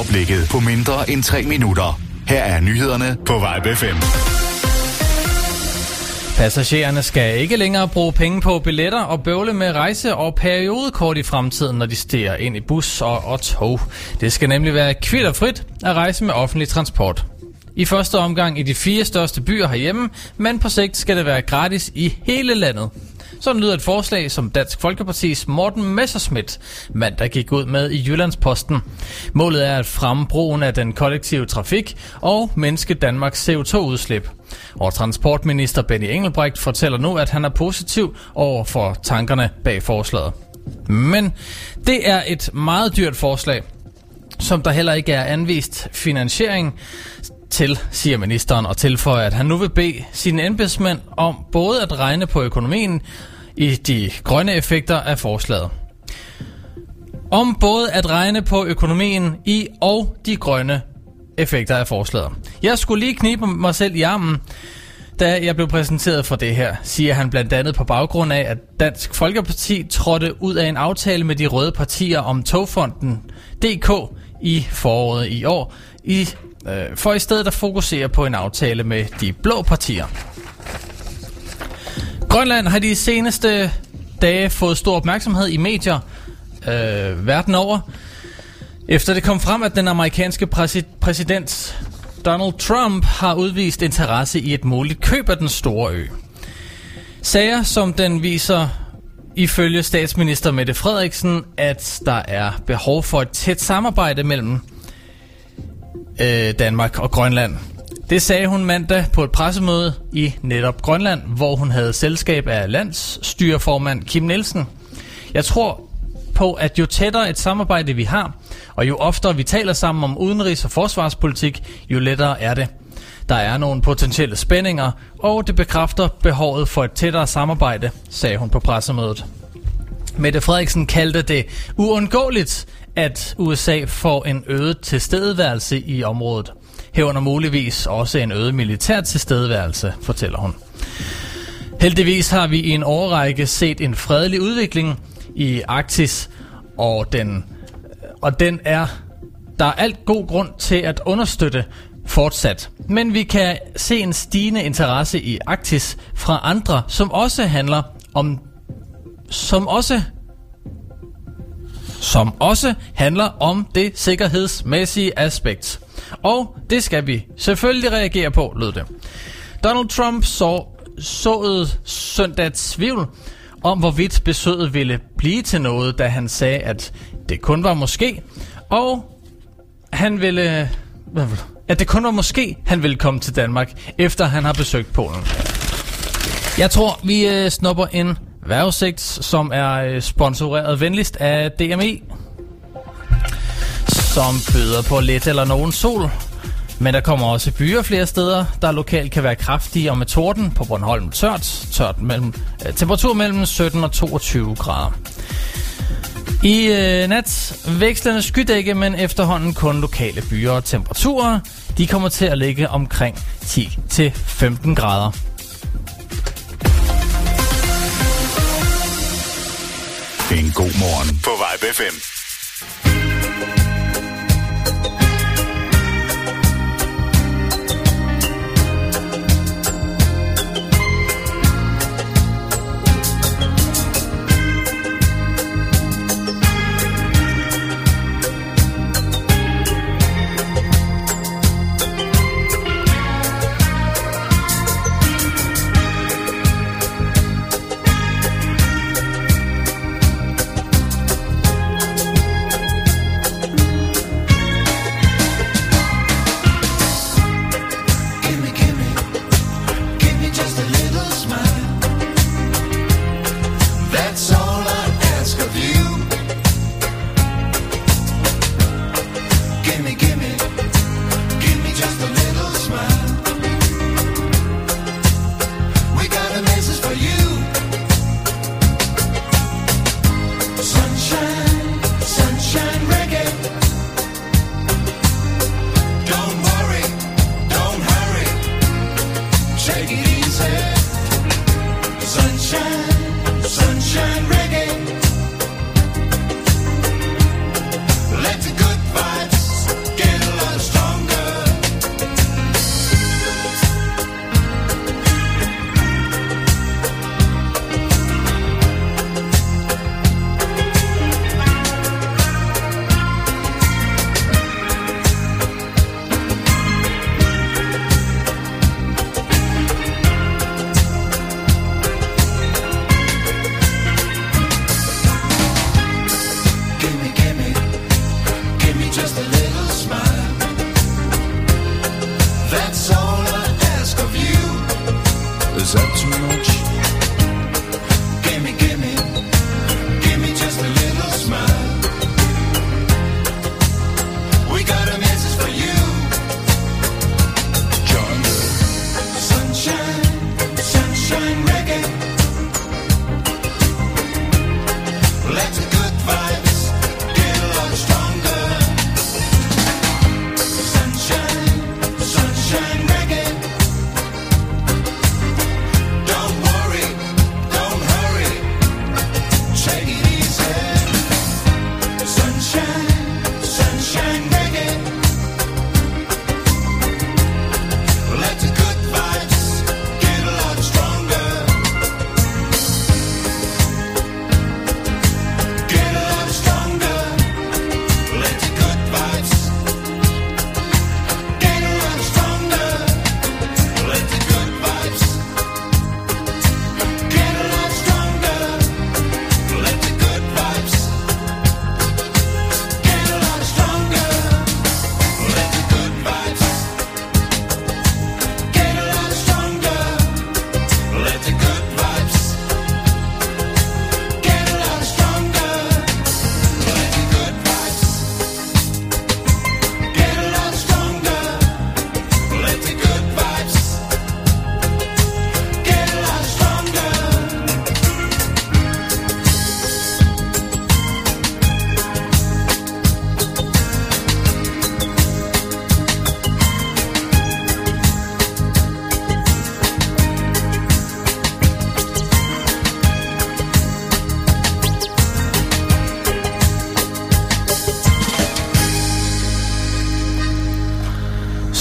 overblikket på mindre end 3 minutter. Her er nyhederne på Vibe FM. Passagererne skal ikke længere bruge penge på billetter og bøvle med rejse- og periodekort i fremtiden, når de stiger ind i bus og tog. Det skal nemlig være kvitterfrit at rejse med offentlig transport. I første omgang i de 4 største byer herhjemme, men på sigt skal det være gratis i hele landet. Sådan lyder et forslag, som Dansk Folkepartis Morten Messerschmidt mandag gik ud med i Jyllandsposten. Målet er at fremme brugen af den kollektive trafik og mindske Danmarks CO2-udslip. Og transportminister Benny Engelbrecht fortæller nu, at han er positiv over for tankerne bag forslaget. Men det er et meget dyrt forslag, som der heller ikke er anvist finansiering til, siger ministeren, og tilføjer, at han nu vil bede sine embedsmænd om både at regne på økonomien i de grønne effekter af forslaget. Om både at regne på økonomien i og de grønne effekter af forslaget. Jeg skulle lige knibe mig selv i armen, da jeg blev præsenteret for det her, siger han blandt andet på baggrund af, at Dansk Folkeparti trådte ud af en aftale med de røde partier om Togfonden DK i foråret i år, for i stedet at fokusere på en aftale med de blå partier. Grønland har de seneste dage fået stor opmærksomhed i medier verden over, efter det kom frem, at den amerikanske præsident Donald Trump har udvist interesse i et muligt køb af den store ø. Sager som den viser ifølge statsminister Mette Frederiksen, at der er behov for et tæt samarbejde mellem Danmark og Grønland. Det sagde hun mandag på et pressemøde i netop Grønland, hvor hun havde selskab af landsstyreformand Kim Nielsen. Jeg tror på, at jo tættere et samarbejde vi har, og jo oftere vi taler sammen om udenrigs- og forsvarspolitik, jo lettere er det. Der er nogle potentielle spændinger, og det bekræfter behovet for et tættere samarbejde, sagde hun på pressemødet. Mette Frederiksen kaldte det uundgåeligt, at USA får en øget tilstedeværelse i området. Herunder muligvis også en øget militær tilstedeværelse, fortæller hun. Heldigvis har vi i en årrække set en fredelig udvikling i Arktis, og der er alt god grund til at understøtte fortsat. Men vi kan se en stigende interesse i Arktis fra andre, som også handler om det sikkerhedsmæssige aspekt. Og det skal vi selvfølgelig reagere på, lød det. Donald Trump såede søndag tvivl om, hvorvidt besøget ville blive til noget, da han sagde, at det kun var måske, og han ville komme til Danmark, efter han har besøgt Polen. Jeg tror, vi snupper en vejrudsigt, som er sponsoreret venligst af DMI, som byder på lidt eller nogen sol. Men der kommer også byer flere steder, der lokalt kan være kraftige, og med torden på Bornholm tørt temperatur mellem 17 og 22 grader. I nat vekslende skydække, men efterhånden kun lokale byer og temperaturer. De kommer til at ligge omkring 10-15 grader. En god morgen på Vibe FM.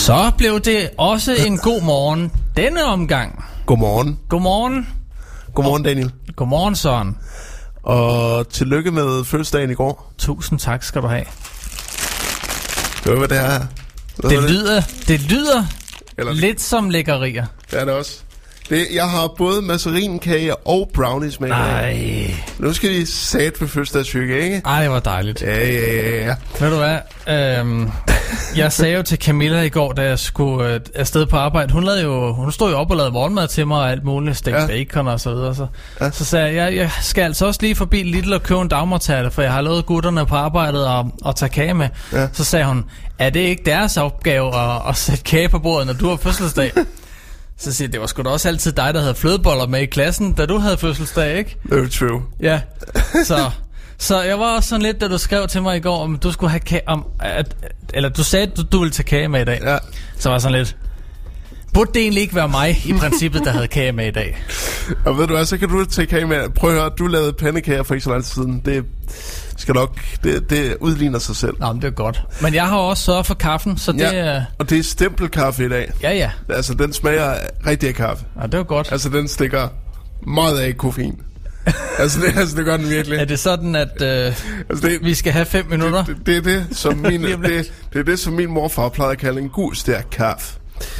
Så blev det også en god morgen denne omgang. Godmorgen. Godmorgen. Godmorgen, Daniel. Godmorgen, Søren. Og tillykke med fødselsdagen i går. Tusind tak skal du have. Hør, hvad det er her. Det lyder lidt som lækkerier. Det er det også. Jeg har både massarinkage og brownies med. Nej. Nu skal de sat for fødselsdagshygge, ikke? Ej, det var dejligt. Ja. Ved du hvad? Jeg sagde jo til Camilla i går, da jeg skulle afsted på arbejde. Hun stod jo op og lavede morgenmad til mig og alt muligt. Stegt bacon og så videre. Så sagde jeg skal altså også lige forbi Lidl og købe en dagmartærte, for jeg har lovet gutterne på arbejdet at tage kage med. Ja. Så sagde hun, er det ikke deres opgave at sætte kage på bordet, når du har fødselsdag? Så siger jeg, det var sgu da også altid dig, der havde flødeboller med i klassen, da du havde fødselsdag, ikke? Very true. Ja, så jeg var også sådan lidt, da du skrev til mig i går, om du skulle have kage, eller du sagde, at du ville tage kage med i dag. Ja. Så var jeg sådan lidt, burde det egentlig ikke være mig, i princippet, der havde kage med i dag? Og ved du hvad, så kan du tage kage med. Prøv at høre, du lavede pandekager for ikke så lang tid siden. Det skal nok, det udligner sig selv. Nå, men det er godt. Men jeg har også sørget for kaffen, så det er... og det er stempelkaffe i dag. Ja. Altså, den smager rigtig af kaffe. Ja, det er godt. Altså, den stikker meget af koffein. det gør den virkelig. Er det sådan, at vi skal have 5 minutter? Det er det, som min morfar plejede at kalde en god stærk kaffe.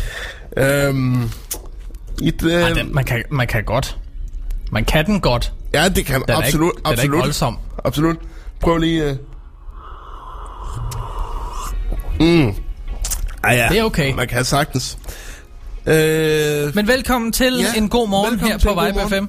Man kan godt. Man kan den godt. Ja, det kan den absolut. Den er ikke voldsom. Absolut. Prøv lige... ja. Det er okay. Man kan sagtens. Men velkommen til en god morgen her på Vibe FM.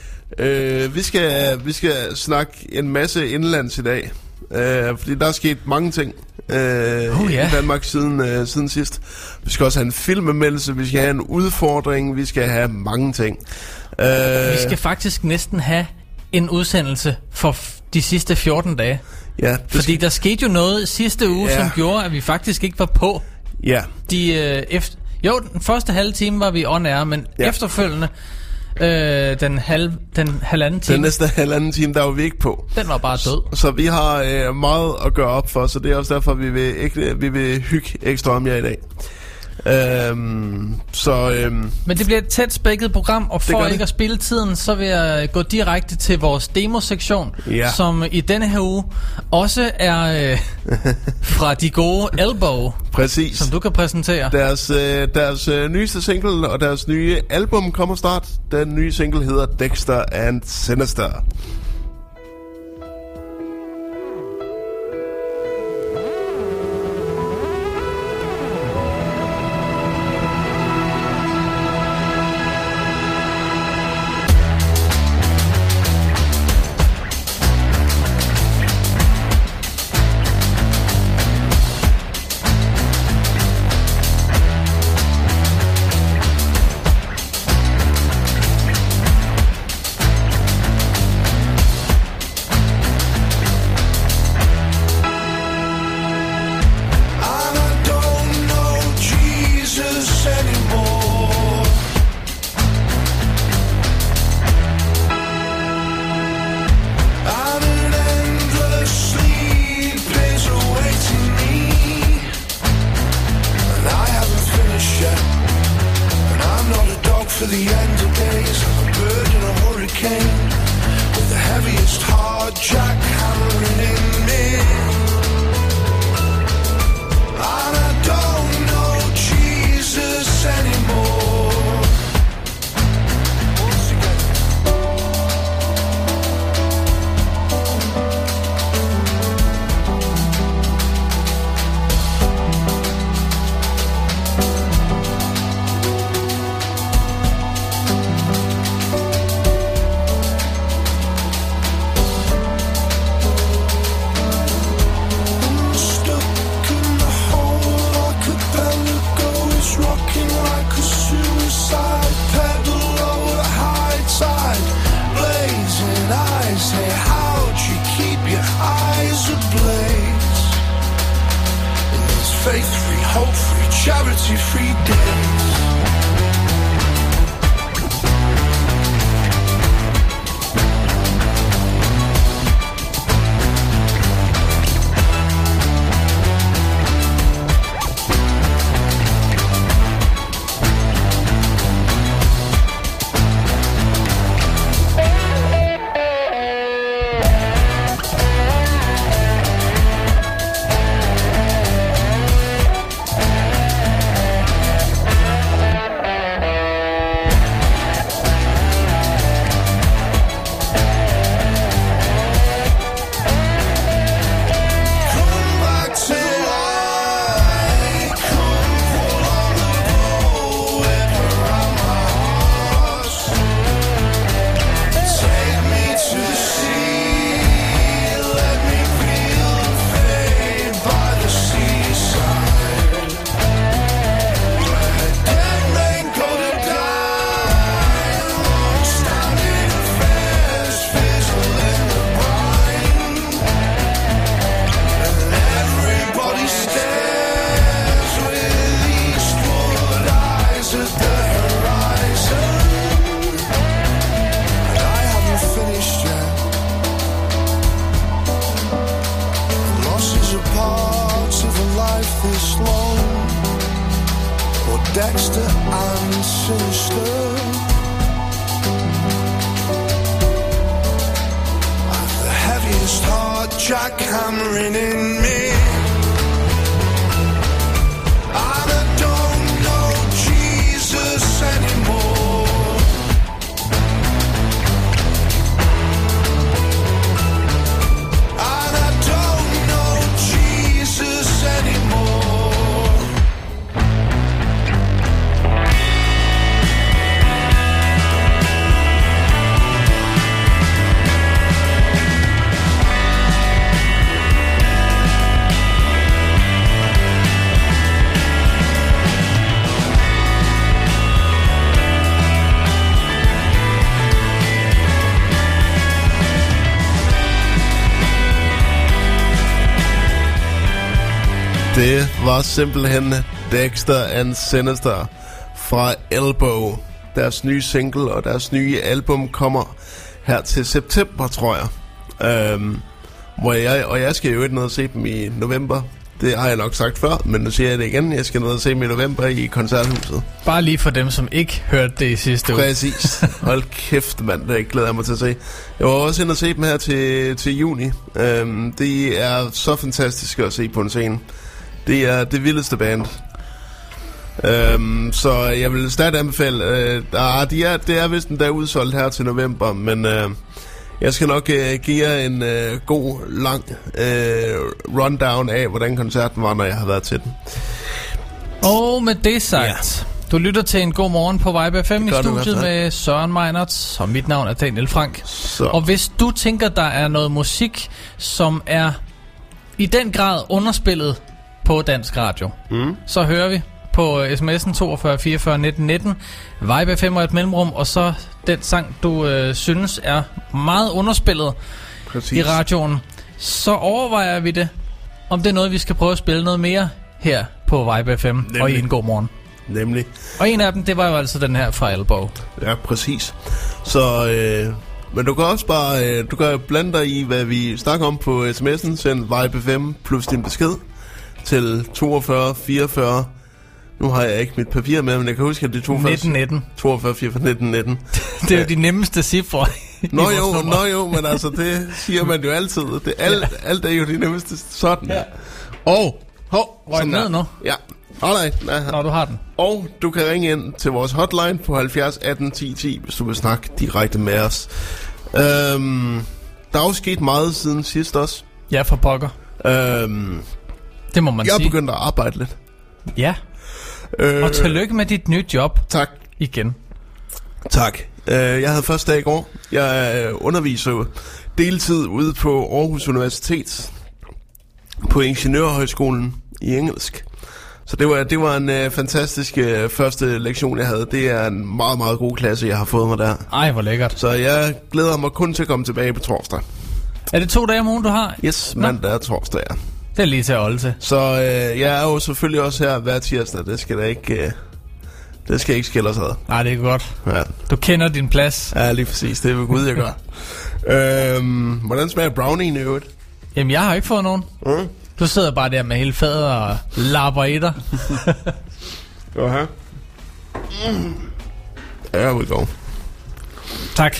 Vi skal snakke en masse indlands i dag. Fordi der er sket mange ting i Danmark siden sidst. Vi skal også have en filmanmeldelse, vi skal have en udfordring, vi skal have mange ting. Vi skal faktisk næsten have en udsendelse for de sidste 14 dage. Ja, fordi der skete jo noget sidste uge, som gjorde, at vi faktisk ikke var på. Ja. Den første halve time var vi on air, men efterfølgende den halvanden time. Den næste halvanden time, der var vi ikke på. Den var bare død. Så vi har meget at gøre op for, så det er også derfor, vi vil hygge ekstra om jer i dag. Men det bliver et tæt spækket program, og for ikke at spille tiden, så vil jeg gå direkte til vores demosektion, som i denne her uge også er fra de gode Elbow. Præcis. Som du kan præsentere. Deres nyeste single og deres nye album kommer snart. Den nye single hedder Dexter and Sinister. faith-free, hope-free, charity-free days. Dexter and Sinister. I've the heaviest heart jackhammering in me. And I don't know Jesus anymore. And I don't know Jesus anymore. Det var simpelthen Dexter and Sinister fra Elbow. Deres nye single og deres nye album kommer her til september, tror jeg. Jeg skal jo ikke ned og se dem i november. Det har jeg nok sagt før, men nu siger jeg det igen. Jeg skal ned og se dem i november i Koncerthuset. Bare lige for dem, som ikke hørte det i sidste uge. Præcis. Hold kæft, mand. Det glæder jeg mig til at se. Jeg var også inde og se dem her til juni. Det er så fantastisk at se på en scene. Det er det vildeste band. Så jeg vil stadig anbefale. Det er vist endda udsolgt her til november, men jeg skal nok give jer en god, lang rundown af, hvordan koncerten var, når jeg har været til den. Og med det sagt, du lytter til en god morgen på Vibe FM i studiet med Søren Meinertz, og mit navn er Daniel Frank. Så. Og hvis du tænker, der er noget musik, som er i den grad underspillet på dansk radio, så hører vi på sms'en 42 44 19 19 Vibe FM og et mellemrum, og så den sang du synes er meget underspillet i radioen, så overvejer vi det, om det er noget vi skal prøve at spille noget mere her på Vibe FM. Nemlig. Og i en god morgen. Nemlig. Og en af dem, det var jo altså den her fra Elbow. Ja, præcis. Så men du kan også bare du kan blande dig i, hvad vi snakker om på sms'en. Send Vibe FM plus din besked til 42 44. Nu har jeg ikke mit papir med, men jeg kan huske, at det er 42 44 19 19. Det er jo de nemmeste cifre. Nå jo, men altså det siger man jo altid. Det alt er jo de nemmeste sådan. Ja. Og røg ned nu. Ja. Når du har den. Og du kan ringe ind til vores hotline på 70 18 10 10, hvis du vil snakke direkte med os. Der er jo sket meget siden sidst også. Ja, for pokker. Det må man sige. Jeg er begyndt at arbejde lidt. Ja. Og tillykke med dit nye job. Tak. Igen. Tak. Jeg havde første dag i går. Jeg underviser deltid ude på Aarhus Universitet på Ingeniørhøjskolen i engelsk. Så det var en fantastisk første lektion, jeg havde. Det er en meget, meget god klasse, jeg har fået mig der. Ej, hvor lækkert. Så jeg glæder mig kun til at komme tilbage på torsdag. Er det 2 dage om ugen, du har? Yes, mandag og torsdag, ja. Det er lige til at holde til. Så jeg er jo selvfølgelig også her hver tirsdag. Det skal ikke skille os ad. Nej, det er godt. Ja. Du kender din plads. Ja, lige præcis. Det er ved Gud, jeg gør. Hvordan smager brownien i øvrigt? Jamen, jeg har ikke fået nogen. Du sidder bare der med hele fadet og lapper i dig. Aha. There we go. Tak.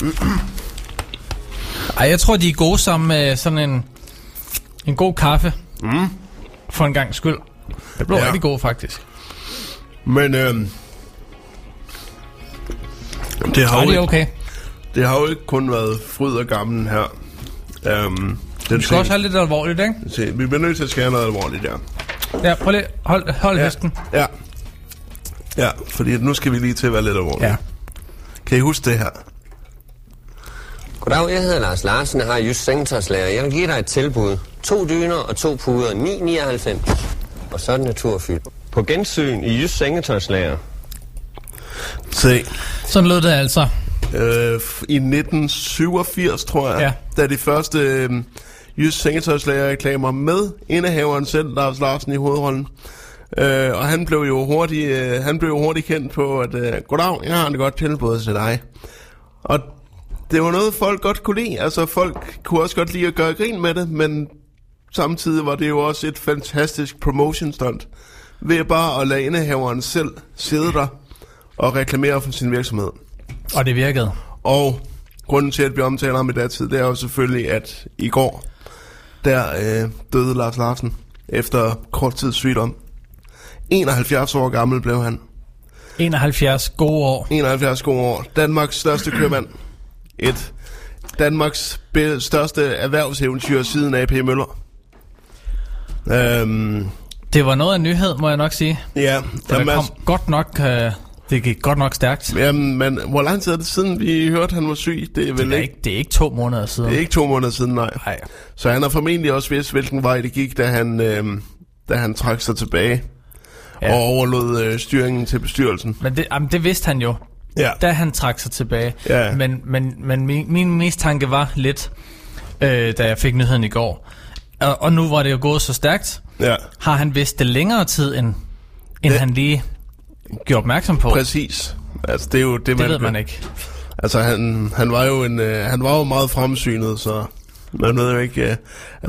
Ej, jeg tror, de er gode sammen med sådan en god kaffe. For en gang skyld. Det blev rigtig god, faktisk. Men det har jo ikke kun været fryd og gammel her. Vi skal også have lidt alvorligt, ikke? Se, vi bliver nødt til at skære noget alvorligt, ja. Ja, prøv lige. Hold hesten. Ja, fordi nu skal vi lige til at være lidt alvorligt. Ja. Kan I huske det her? Goddag, jeg hedder Lars Larsen, jeg har Jysk Sengetøjslager. Jeg vil give dig et tilbud. 2 dyner og 2 puder, 9,99. Og så er det naturfyldt. På gensyn i Jysk Sengetøjslager. Se. Sådan lød det altså. I 1987, tror jeg, da de første Jysk Sengetøjslager-reklamer med indehaveren selv, Lars Larsen, i hovedrollen. Og han blev jo hurtigt kendt på, at goddag, jeg har et godt tilbud til dig. Og det var noget, folk godt kunne lide. Altså, folk kunne også godt lide at gøre grin med det, men samtidig var det jo også et fantastisk promotion stunt ved bare at lade indehaveren selv sidde der og reklamere for sin virksomhed. Og det virkede. Og grunden til, at vi omtaler ham i datid, det er jo selvfølgelig, at i går, der døde Lars Larsen efter kort tids sygdom. 71 år gammel blev han. 71 gode år. 71 gode år. Danmarks største købmand. Et Danmarks største erhvervseventyr siden AP Møller. Det var noget af en nyhed, må jeg nok sige. Ja. Det kom godt nok... Det gik godt nok stærkt. Jamen, men hvor lang tid er det siden, vi hørte, at han var syg? Det er ikke 2 måneder siden. Det er ikke 2 måneder siden, nej. Så han har formentlig også vidst, hvilken vej det gik, da han trak sig tilbage og overlod styringen til bestyrelsen. Men det vidste han jo, da han trak sig tilbage. Ja. Men min mistanke var lidt, da jeg fik nyheden i går. Og nu var det jo gået så stærkt. Ja. Har han vidst det længere tid, end han lige... gjorde opmærksom på. Præcis. Altså det er jo det man ved man ikke. Altså han var jo han var jo meget fremsynet, så man ved jo ikke.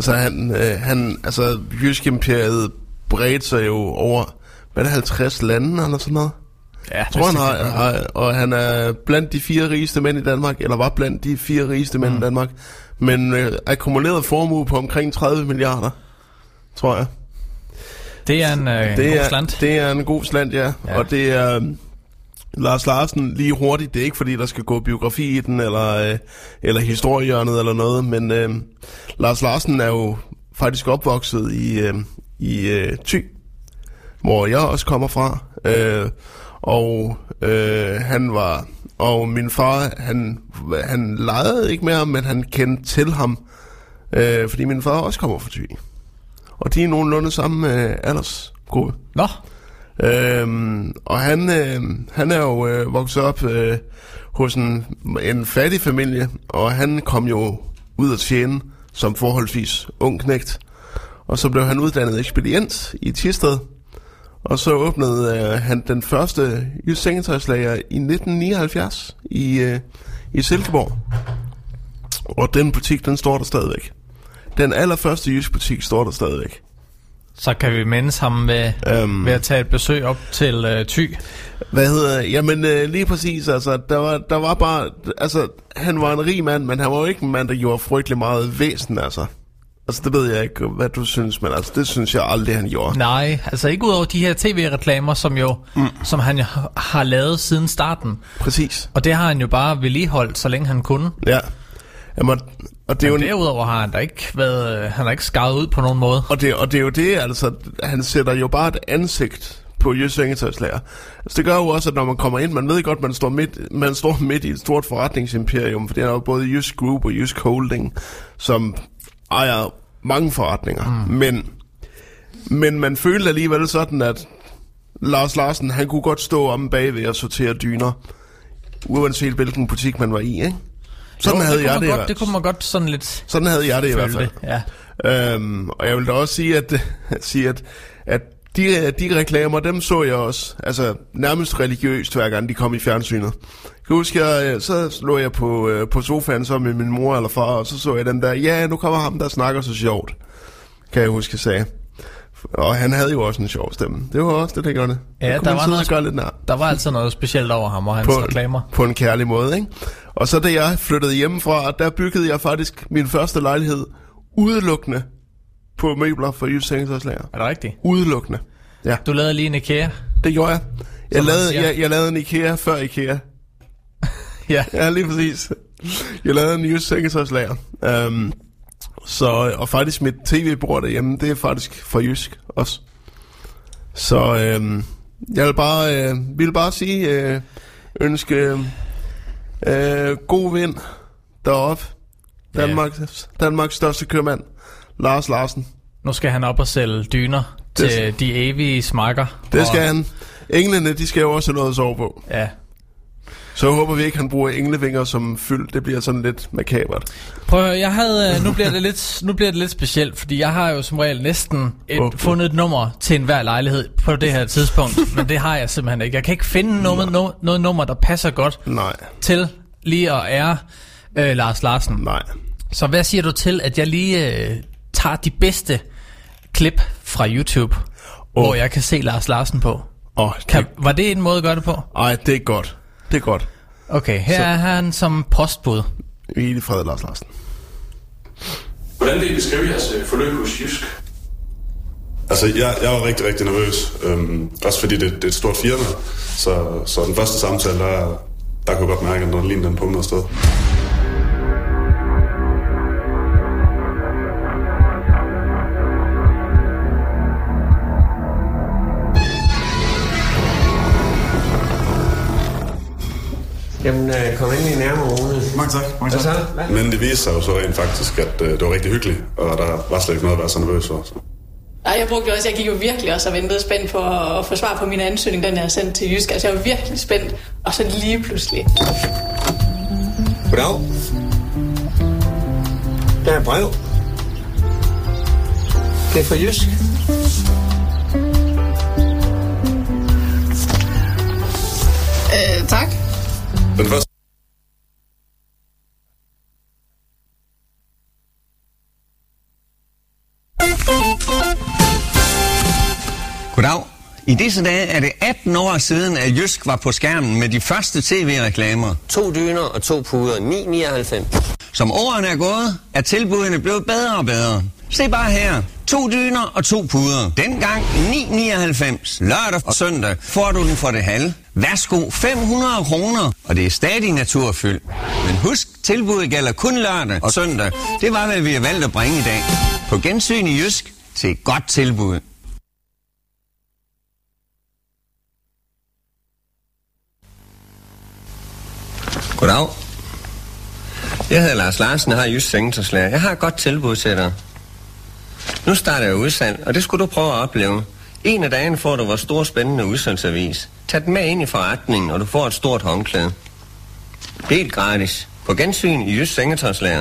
Altså Jysk Imperiet bredte sig jo over 50 lande eller sådan noget. Ja, tror han har, og han er blandt de 4 rigeste mænd i Danmark, eller var blandt de 4 rigeste mænd i Danmark, men akkumuleret formue på omkring 30 milliarder, tror jeg. Det er en god slant. Det er en god slant, ja. Og det er Lars Larsen lige hurtigt. Det er ikke fordi, der skal gå biografi i den, eller historiehjørnet eller noget, men Lars Larsen er jo faktisk opvokset i Thy, hvor jeg også kommer fra. Og min far, han legede ikke med ham, men han kendte til ham, fordi min far også kommer fra Thy. Og de er nogenlunde samme aldersgruppe. Nå. Og han er jo vokset op hos en fattig familie, og han kom jo ud at tjene som forholdsvis ung knægt. Og så blev han uddannet ekspedient i Thisted, og så åbnede han den første Jysk Sengetøjslager i 1979 i Silkeborg. Og den butik, den står der stadigvæk. Den allerførste Jysk butik står der stadigvæk. Så kan vi mindes ham ved at tage et besøg op til Thy. Jamen lige præcis, altså der var bare, altså han var en rig mand, men han var jo ikke en mand, der gjorde frygtelig meget væsen, altså. Altså det ved jeg ikke, hvad du synes, men altså det synes jeg aldrig, han gjorde. Nej, altså ikke ud over de her tv-reklamer, som han jo har lavet siden starten. Præcis. Og det har han jo bare vedligeholdt, så længe han kunne. Ja. Jamen, og det er jo derudover har han da ikke været, han har ikke skadet ud på nogen måde. Og det er jo det, altså han sætter jo bare et ansigt på Jysk Sengetøjslager. Altså det gør jo også, at når man kommer ind, man ved godt, man står midt i et stort forretningsimperium, for det er jo både Jysk Group og Jysk Holding, som ejer mange forretninger. Men man følte alligevel sådan, at Lars Larsen, han kunne godt stå om bagved og sortere dyner, uanset hvilken butik man var i, ikke? Sådan havde jeg det. Det kunne man godt sådan lidt. Sådan havde jeg det i hvert fald. Ja. Og jeg vil da også sige, at de reklamer, dem så jeg også, altså nærmest religiøst, hver gang de kom i fjernsynet. Jeg kan huske, så lå jeg på sofaen så med min mor eller far, og så jeg den der, nu kommer ham, der snakker så sjovt, kan jeg huske, sagde. Og han havde jo også en sjov stemme. Det var også det gjorde det. Ja, der var altså noget specielt over ham og hans reklamer. På en kærlig måde, ikke? Og så da jeg flyttede hjemmefra, der byggede jeg faktisk min første lejlighed udelukkende på møbler for Jysk Sengetøjslager. Er det rigtigt? Udelukkende, ja. Du lavede lige en IKEA? Det gjorde jeg. Jeg lavede en IKEA før IKEA. Ja, lige præcis. Jeg lavede en Jysk Sengetøjslager. Og faktisk mit tv-bord derhjemme, det er faktisk fra Jysk også. Så jeg vil bare sige, ønske god vind deroppe. Danmarks største købmand, Lars Larsen. Nu skal han op og sælge dyner til de evige smakker. Det skal han. Englene, de skal jo også have noget at sove på. Ja. Så håber vi ikke, han bruger englevinger som fyld. Det bliver sådan lidt makabert. Prøv at høre, nu bliver det lidt specielt, fordi jeg har jo som regel næsten fundet et nummer til enhver lejlighed på det her tidspunkt, men det har jeg simpelthen ikke. Jeg kan ikke finde noget nummer, der passer godt til lige at ære Lars Larsen. Nej. Så hvad siger du til, at jeg lige tager de bedste klip fra YouTube? hvor jeg kan se Lars Larsen på. Var det en måde at gøre det på? Nej, det er godt. Det er godt. Okay, her er han som postbud. Hvile i fred, Lars Larsen. Hvordan vil I beskrive jeres forløb hos Jysk? Altså, jeg var rigtig, rigtig nervøs. Også fordi det er et stort firma. Så den første samtale, der kunne jeg godt mærke, at den lignede den på noget sted. Jamen, kom ind i nærmere, Rune. Mange tak. Men det viste sig jo så rent faktisk, at det var rigtig hyggeligt, og der var slet ikke noget at være så nervøs for. Jeg gik jo virkelig også og ventede spændt på at få svar på min ansøgning, den jeg sendte til Jysk. Altså, jeg var virkelig spændt, og så lige pludselig. Goddag. Der er brev. Det er fra Jysk. Tak. Den første. Goddag. I disse dage er det 18 år siden, at Jysk var på skærmen med de første tv-reklamer. 2 dyner og 2 puder, 9,99. Som årene er gået, er tilbudene blevet bedre og bedre. Se bare her. 2 dyner og 2 puder. Dengang 9,99. Lørdag og søndag får du den for det halve. Værsgo 500 kroner, og det er stadig naturfyld. Men husk, tilbuddet gælder kun lørdag og søndag. Det var, hvad vi har valgt at bringe i dag. På gensyn i Jysk til et godt tilbud. Goddag. Jeg hedder Lars Larsen og har Jysk Sengetøjslager. Jeg har et godt tilbud til dig. Nu starter jeg udsalg, og det skulle du prøve at opleve. En af dagene får du vores store spændende udsalgsavis. Tag den med ind i forretningen, og du får et stort håndklæde. Helt gratis. På gensyn i Jysk Sengetøjslager.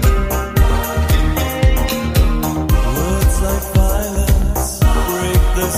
Words like violence break the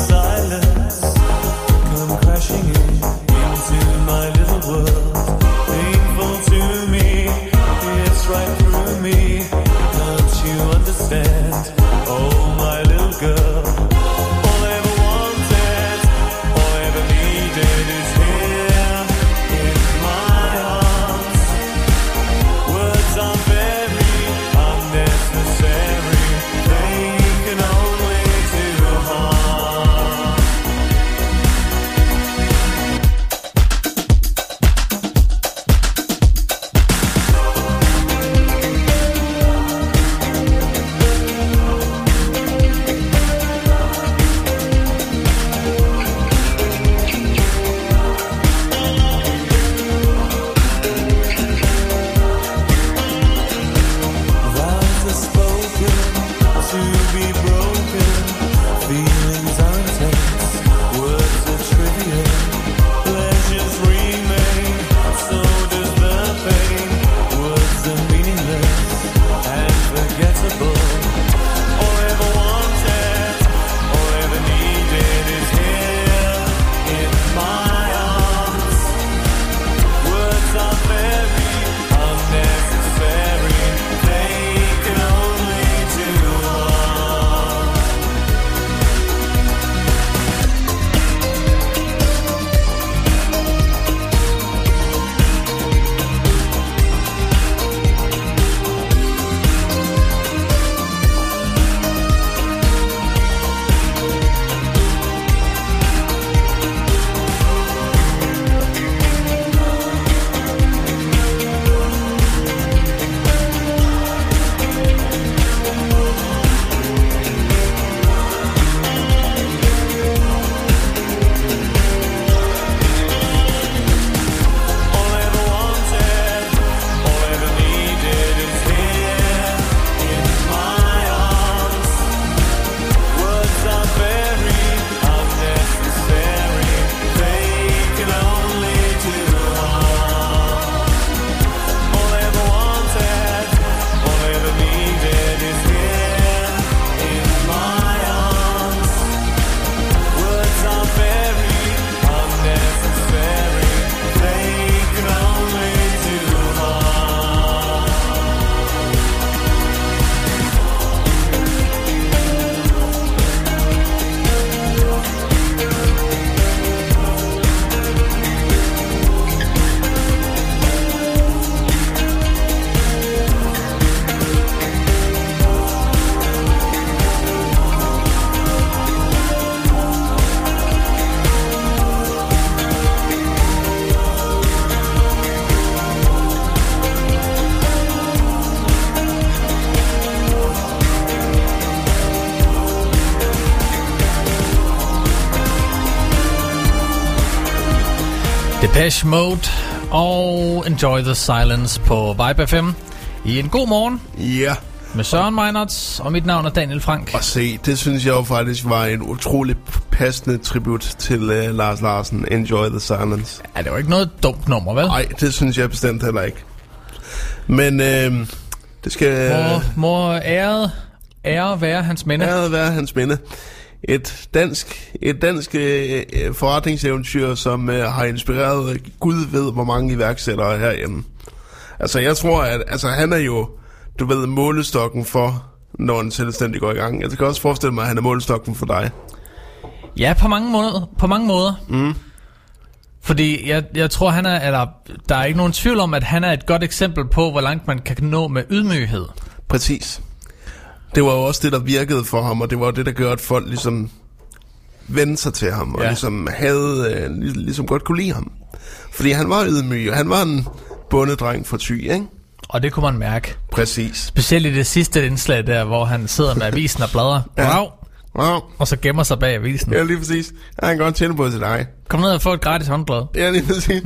Depeche Mode og Enjoy the Silence på Vibe FM i en god morgen. Ja. Med Søren Meinerts, og mit navn er Daniel Frank. Og se, det synes jeg jo faktisk var en utrolig passende tribut til Lars Larsen, Enjoy the Silence. Ja, det var ikke noget dumt nummer, vel? Nej, det synes jeg bestemt heller ikke. Men det skal... Må ære være hans minde. Ære være hans minde. Et dansk forretningseventyr, som har inspireret Gud ved, hvor mange iværksættere herhjemme. Altså, jeg tror, at han er jo, du ved, målestokken for, når en selvstændig går i gang. Jeg kan også forestille mig, at han er målestokken for dig. Ja, på mange måder. Mm. Fordi jeg tror, der er ikke nogen tvivl om, at han er et godt eksempel på, hvor langt man kan nå med ydmyghed. Præcis. Det var jo også det, der virkede for ham, og det var det, der gjorde, at folk ligesom vendte sig til ham, og ligesom havde, ligesom godt kunne lide ham. Fordi han var ydmyg, og han var en bondedreng fra Thy, ikke? Og det kunne man mærke. Præcis. Specielt i det sidste indslag der, hvor han sidder med avisen og bladrer. Wow. Og så gemmer sig bag avisen. Ja, lige præcis. Jeg har en godt tilbud til dig. Kom ned og få et gratis håndblad. Ja, lige præcis.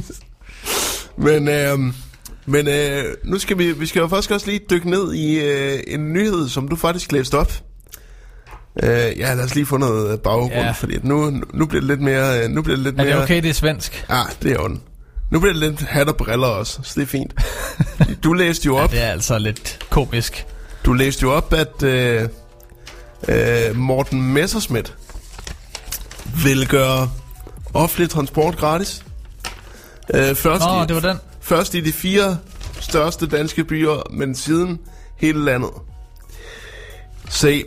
Men nu skal vi skal jo faktisk også lige dykke ned i en nyhed, som du faktisk læste op. Ja, lad os lige få noget baggrund, fordi nu bliver det lidt mere... Er det okay, det er svensk? Ja, det er ondt. Nu bliver det lidt hat og briller også, så det er fint. Du læste jo op... Ja, det er altså lidt komisk. Du læste jo op, at Morten Messerschmidt vil gøre offentlig transport gratis. Det var den. Først i de 4 største danske byer, men siden hele landet. Se,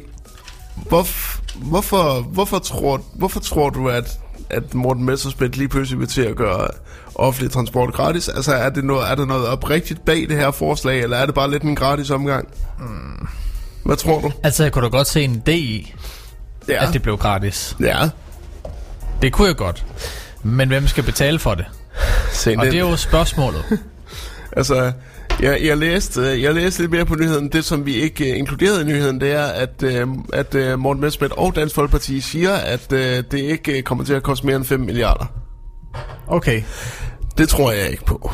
hvorfor tror du, at Morten Messerschmidt lige pludselig vil til at gøre offentlig transport gratis? Altså, er der noget oprigtigt bag det her forslag, eller er det bare lidt en gratis omgang? Hvad tror du? Altså, jeg kunne da godt se en idé i, at det blev gratis. Ja. Det kunne jeg godt. Men hvem skal betale for det? Og det er jo spørgsmålet. Altså, jeg læste lidt mere på nyheden. Det, som vi ikke inkluderede i nyheden, det er, at Morten Messerschmidt og Dansk Folkeparti siger, at det ikke kommer til at koste mere end 5 milliarder. Okay. Det tror jeg ikke på.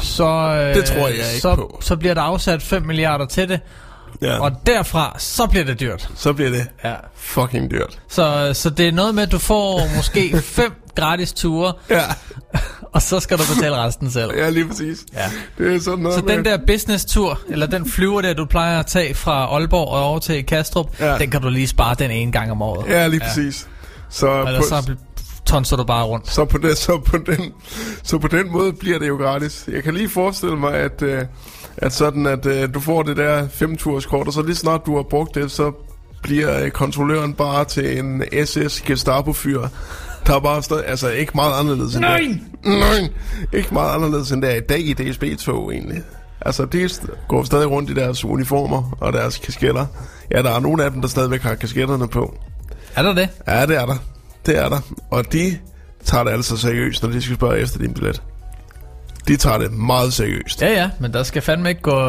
Så bliver der afsat 5 milliarder til det. Ja. Og derfra, så bliver det dyrt. Så bliver det fucking dyrt. Så det er noget med, at du får måske 5 gratis ture. Ja. Og så skal du betale resten selv. Ja, lige præcis. Ja. Det er sådan noget. Så den der business-tur, eller den flyver der, du plejer at tage fra Aalborg og over til Kastrup, den kan du lige spare den ene gang om året. Ja, lige præcis. Så tonser du bare rundt. Så på den måde bliver det jo gratis. Jeg kan lige forestille mig, at sådan at du får det der 5-turskort, og så lige snart du har brugt det, så bliver kontrolløren bare til en SS Gestapo-fyr. Der er bare stadig, altså ikke meget anderledes end det. Nej, ikke meget anderledes end det er i dag i DSB-tog egentlig. Altså de går stadig rundt i deres uniformer og deres kasketter. Ja, der er nogle af dem, der stadigvæk har kasketterne på. Er der det? Ja, det er der. Det er der. Og de tager det altså seriøst, når de skal spørge efter din billet. De tager det meget seriøst. Ja, men der skal fandme ikke gå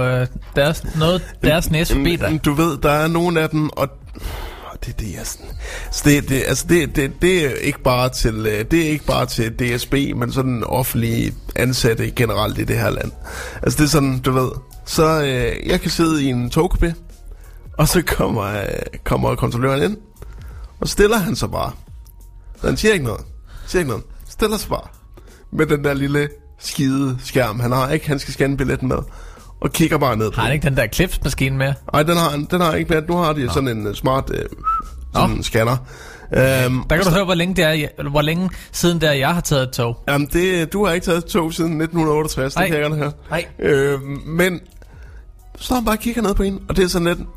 deres næse forbi dig. Du ved, der er nogle af dem, og det er sådan. Det er ikke bare til DSB, men sådan offentlige ansatte generelt i det her land. Altså det er sådan, du ved. Så jeg kan sidde i en togkupé, og så kommer kontrolløren ind, og stiller han sig bare. Så han siger ikke noget. Stiller sig bare med den der lille skide skærm han har, ikke? Han skal scanne billetten med og kigger bare ned på. Har han ikke den der klipsmaskine med? Nej, den har ikke med. Nu har de sådan en smart sådan scanner. Der kan du høre, hvor længe siden der jeg har taget et tog. Jamen, du har ikke taget et tog siden 1968, det kan jeg godt høre. Nej. Men så han bare kigger ned på en, og det er sådan lidt.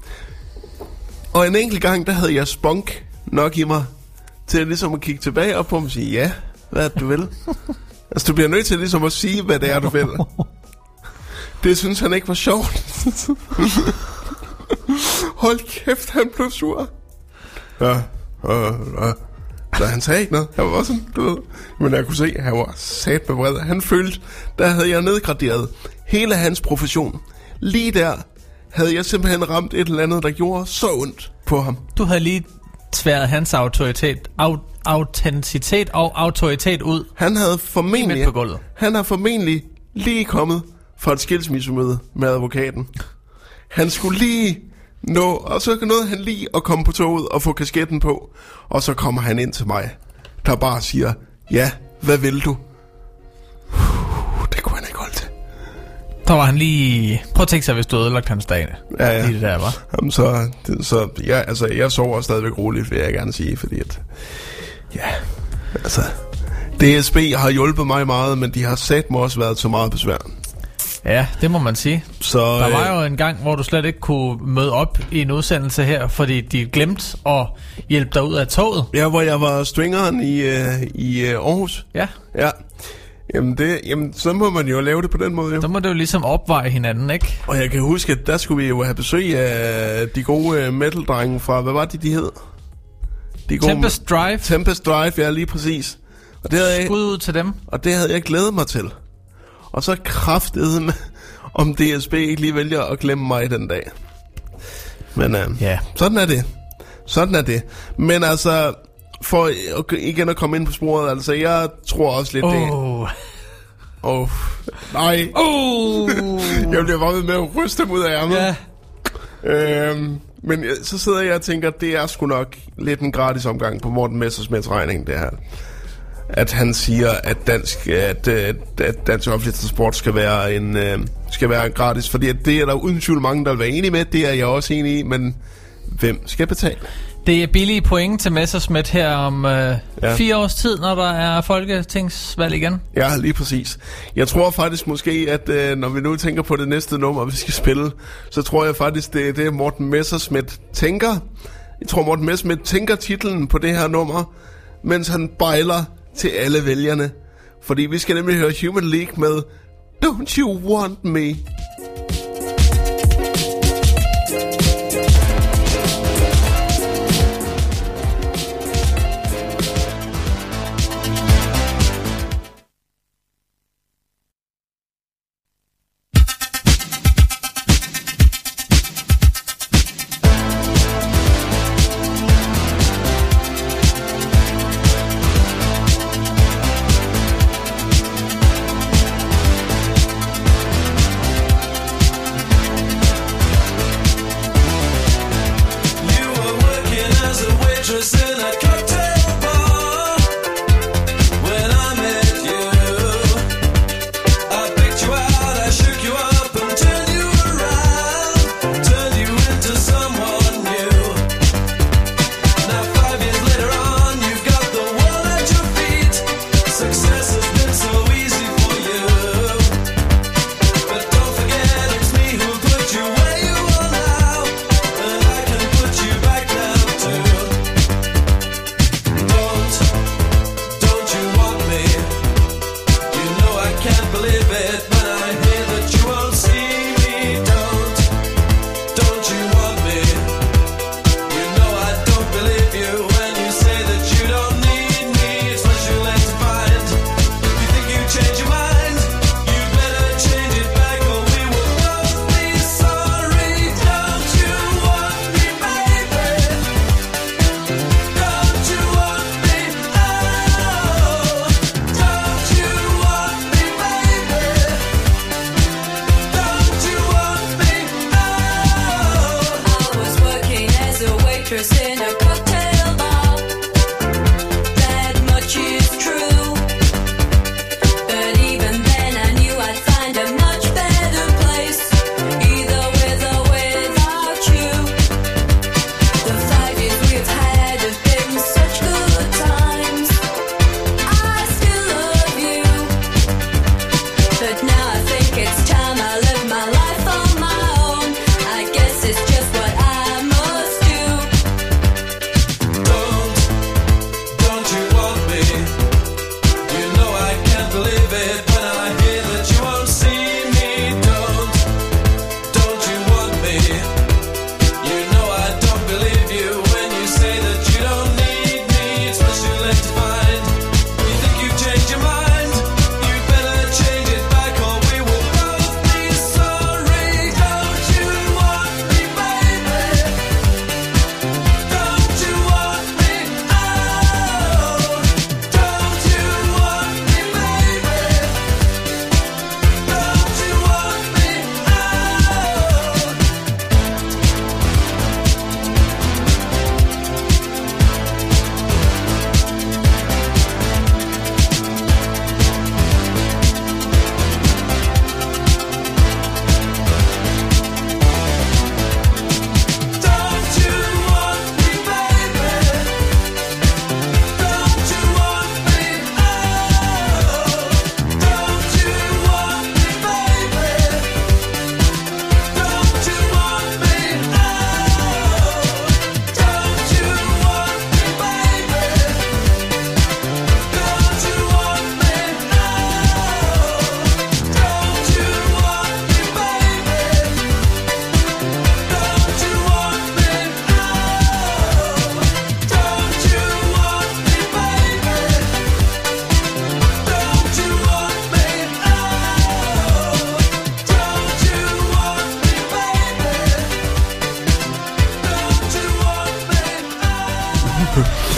Og en enkelt gang, der havde jeg spunk nok i mig til ligesom at kigge tilbage op på ham og sige, ja, hvad er det, du vil? Altså, du bliver nødt til ligesom at sige, hvad det er, du vil. Det synes han ikke var sjovt. Hold kæft, han blev sur. Så han sagde ikke noget. Han var sådan, du ved. Men jeg kunne se, at han var sat med vred. Han følte, der havde jeg nedgraderet hele hans profession. Lige der havde jeg simpelthen ramt et eller andet, der gjorde så ondt på ham. Du havde lige tværet hans autenticitet og autoritet ud. Han havde formentlig... Midt på gulvet. Han har formentlig lige kommet fra et skilsmissemøde med advokaten. Han skulle lige nå, og så nåede han lige at komme på toget og få kasketten på. Og så kommer han ind til mig, der bare siger, ja, hvad vil du? Det kunne han ikke holde til. Der var han lige... Prøv at tænke sig, hvis du ødelagt hans dage. Ja. Lige det der, var. Jamen, så ja, altså, jeg sover stadigvæk roligt, vil jeg gerne sige, fordi at... Ja, altså... DSB har hjulpet mig meget, men de har satme også været så meget besvær. Ja, det må man sige. Så, der var jo en gang, hvor du slet ikke kunne møde op i en udsendelse her, fordi de glemte at hjælpe dig ud af toget. Ja, hvor jeg var stringeren i Aarhus. Ja. Ja. Jamen, så må man jo lave det på den måde, jo. Så må det jo ligesom opveje hinanden, ikke? Og jeg kan huske, at der skulle vi jo have besøg af de gode metal-drenge fra... Hvad var de hed? Tempest Drive. Tempest Drive, ja, lige præcis. Og det havde skud ud til dem. Og det havde jeg glædet mig til. Og så kraftede med, om DSB ikke lige vælger at glemme mig den dag. Men sådan er det. Sådan er det. Men altså, for igen at komme ind på sporet, altså, jeg tror også lidt det... Nej. Jeg bliver bare ved med at ryste dem ud af ærmet. Ja. Men så sidder jeg og tænker, at det er sgu nok lidt en gratis omgang på Morten Messerschmidts regning, det her. At han siger, at dansk offentlig transport skal være gratis, fordi det er der uden tvivl mange, der vil være enige med. Det er jeg også enig i, men hvem skal betale? Det er billige point til Messerschmidt her om 4 års tid, når der er folketingsvalg igen. Ja, lige præcis. Jeg tror faktisk måske, at når vi nu tænker på det næste nummer, vi skal spille, så tror jeg faktisk, det er det, Morten Messerschmidt tænker. Jeg tror, Morten Messerschmidt tænker titlen på det her nummer, mens han bejler til alle vælgerne. Fordi vi skal nemlig høre Human League med Don't You Want Me.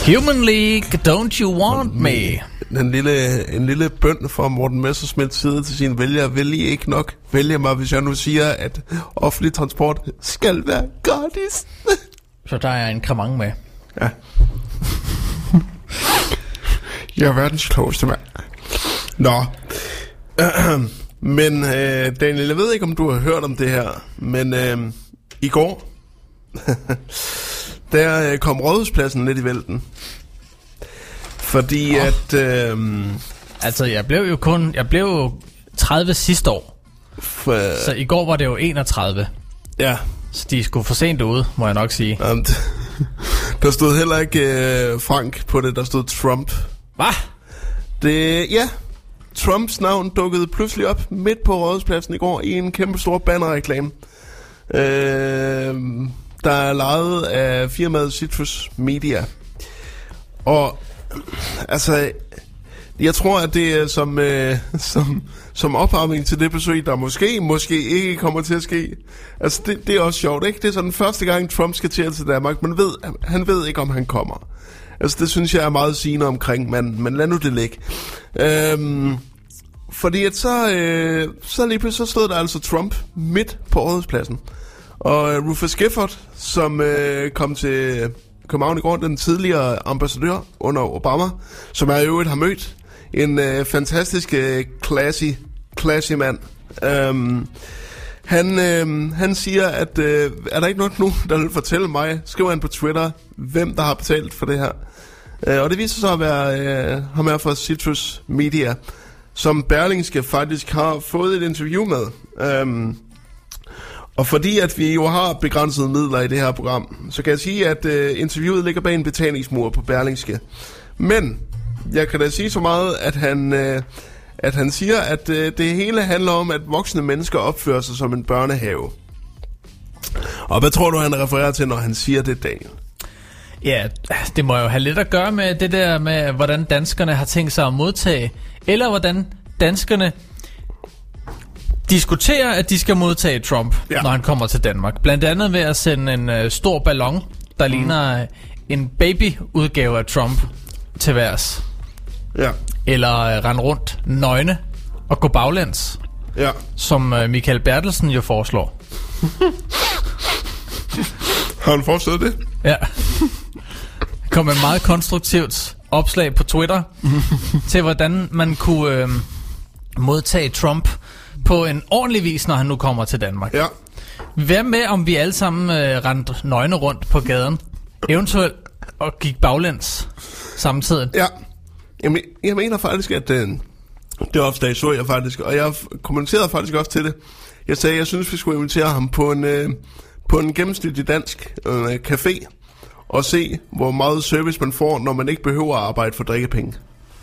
Human League, don't you want me? En lille bøn fra Morten Messerschmidt side til sine vælgere. Vil I ikke nok vælge mig, hvis jeg nu siger, at offentlig transport skal være gratis? Så der er en kramang med. Ja. Jeg er verdens klogeste mand. Nå. Men Daniel, jeg ved ikke, om du har hørt om det her, men i går, der kom Rådhuspladsen lidt i vælten. Fordi at... Altså, jeg blev jo 30 sidste år. Så i går var det jo 31. Ja. Så de skulle for sent ude, må jeg nok sige. Der stod heller ikke Frank på det, der stod Trump. Hvad? Ja. Trumps navn dukkede pludselig op midt på Rådhuspladsen i går i en kæmpe stor bannerreklame. Der er lavet af firmaet Citrus Media. Og altså, jeg tror, at det er som opvarmning til det besøg, der måske ikke kommer til at ske. Altså, det er også sjovt, ikke? Det er sådan første gang, Trump skal til Danmark. Han ved ikke, om han kommer. Altså, det synes jeg er meget sigende omkring, men lad nu det ligge. Fordi at så lige pludselig så stod der altså Trump midt på Rådhuspladsen. Og Rufus Gifford, som kom til København i går, den tidligere ambassadør under Obama, som jeg i øvrigt har mødt, en fantastisk classy mand. Han siger, at er der ikke noget nu, der vil fortælle mig, skriver han på Twitter, hvem der har betalt for det her. Og det viser sig at være ham her fra Citrus Media, som Berlingske faktisk har fået et interview med. Og fordi at vi jo har begrænsede midler i det her program, så kan jeg sige, at interviewet ligger bag en betalingsmur på Berlingske. Men jeg kan da sige så meget, at han siger, at det hele handler om, at voksne mennesker opfører sig som en børnehave. Og hvad tror du, han refererer til, når han siger det, Daniel? Ja, det må jo have lidt at gøre med det der med, hvordan danskerne har tænkt sig at modtage, eller hvordan danskerne diskuterer, at de skal modtage Trump, når han kommer til Danmark. Blandt andet ved at sende en stor ballon, der ligner en babyudgave af Trump til værs. Ja. Eller rende rundt nøgne og gå baglæns. Ja. Som Michael Bertelsen jo foreslår. Har han foreslået det? Ja. Kom med meget konstruktivt opslag på Twitter til, hvordan man kunne modtage Trump på en ordentlig vis, når han nu kommer til Danmark. Ja. Hvad med, om vi alle sammen rendte nøgne rundt på gaden, eventuelt og gik baglæns samtidig? Ja. Jeg mener faktisk, at det opslag så jeg faktisk, og jeg kommenterede faktisk også til det. Jeg sagde, at jeg synes, vi skulle invitere ham på en gennemsnitlig dansk café og se, hvor meget service man får, når man ikke behøver at arbejde for drikkepenge.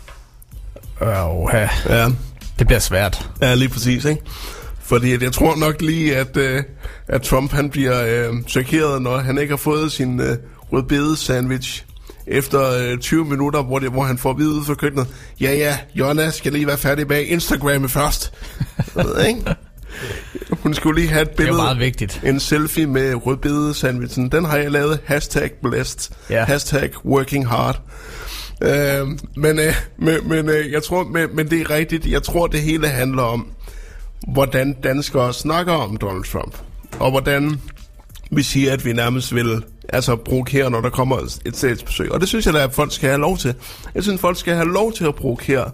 Ja. Det bliver svært. Ja, lige præcis, ikke? Fordi jeg tror nok lige, at Trump han bliver chokeret, når han ikke har fået sin rødbede sandwich efter 20 minutter, hvor han får at vide ud fra køkkenet. Ja, Jonna skal lige være færdig bag Instagram først. Ikke? Hun skulle lige have et billede. Det er meget vigtigt. En selfie med rødbede sandwichen. Den har jeg lavet. #blessed. Yeah. #workinghard. Men jeg tror, men det er rigtigt. Jeg tror, det hele handler om, hvordan danskere snakker om Donald Trump. Og hvordan vi siger, at vi nærmest vil provokere, når der kommer et statsbesøg. Og det synes jeg da, at folk skal have lov til. Jeg synes, folk skal have lov til at provokere.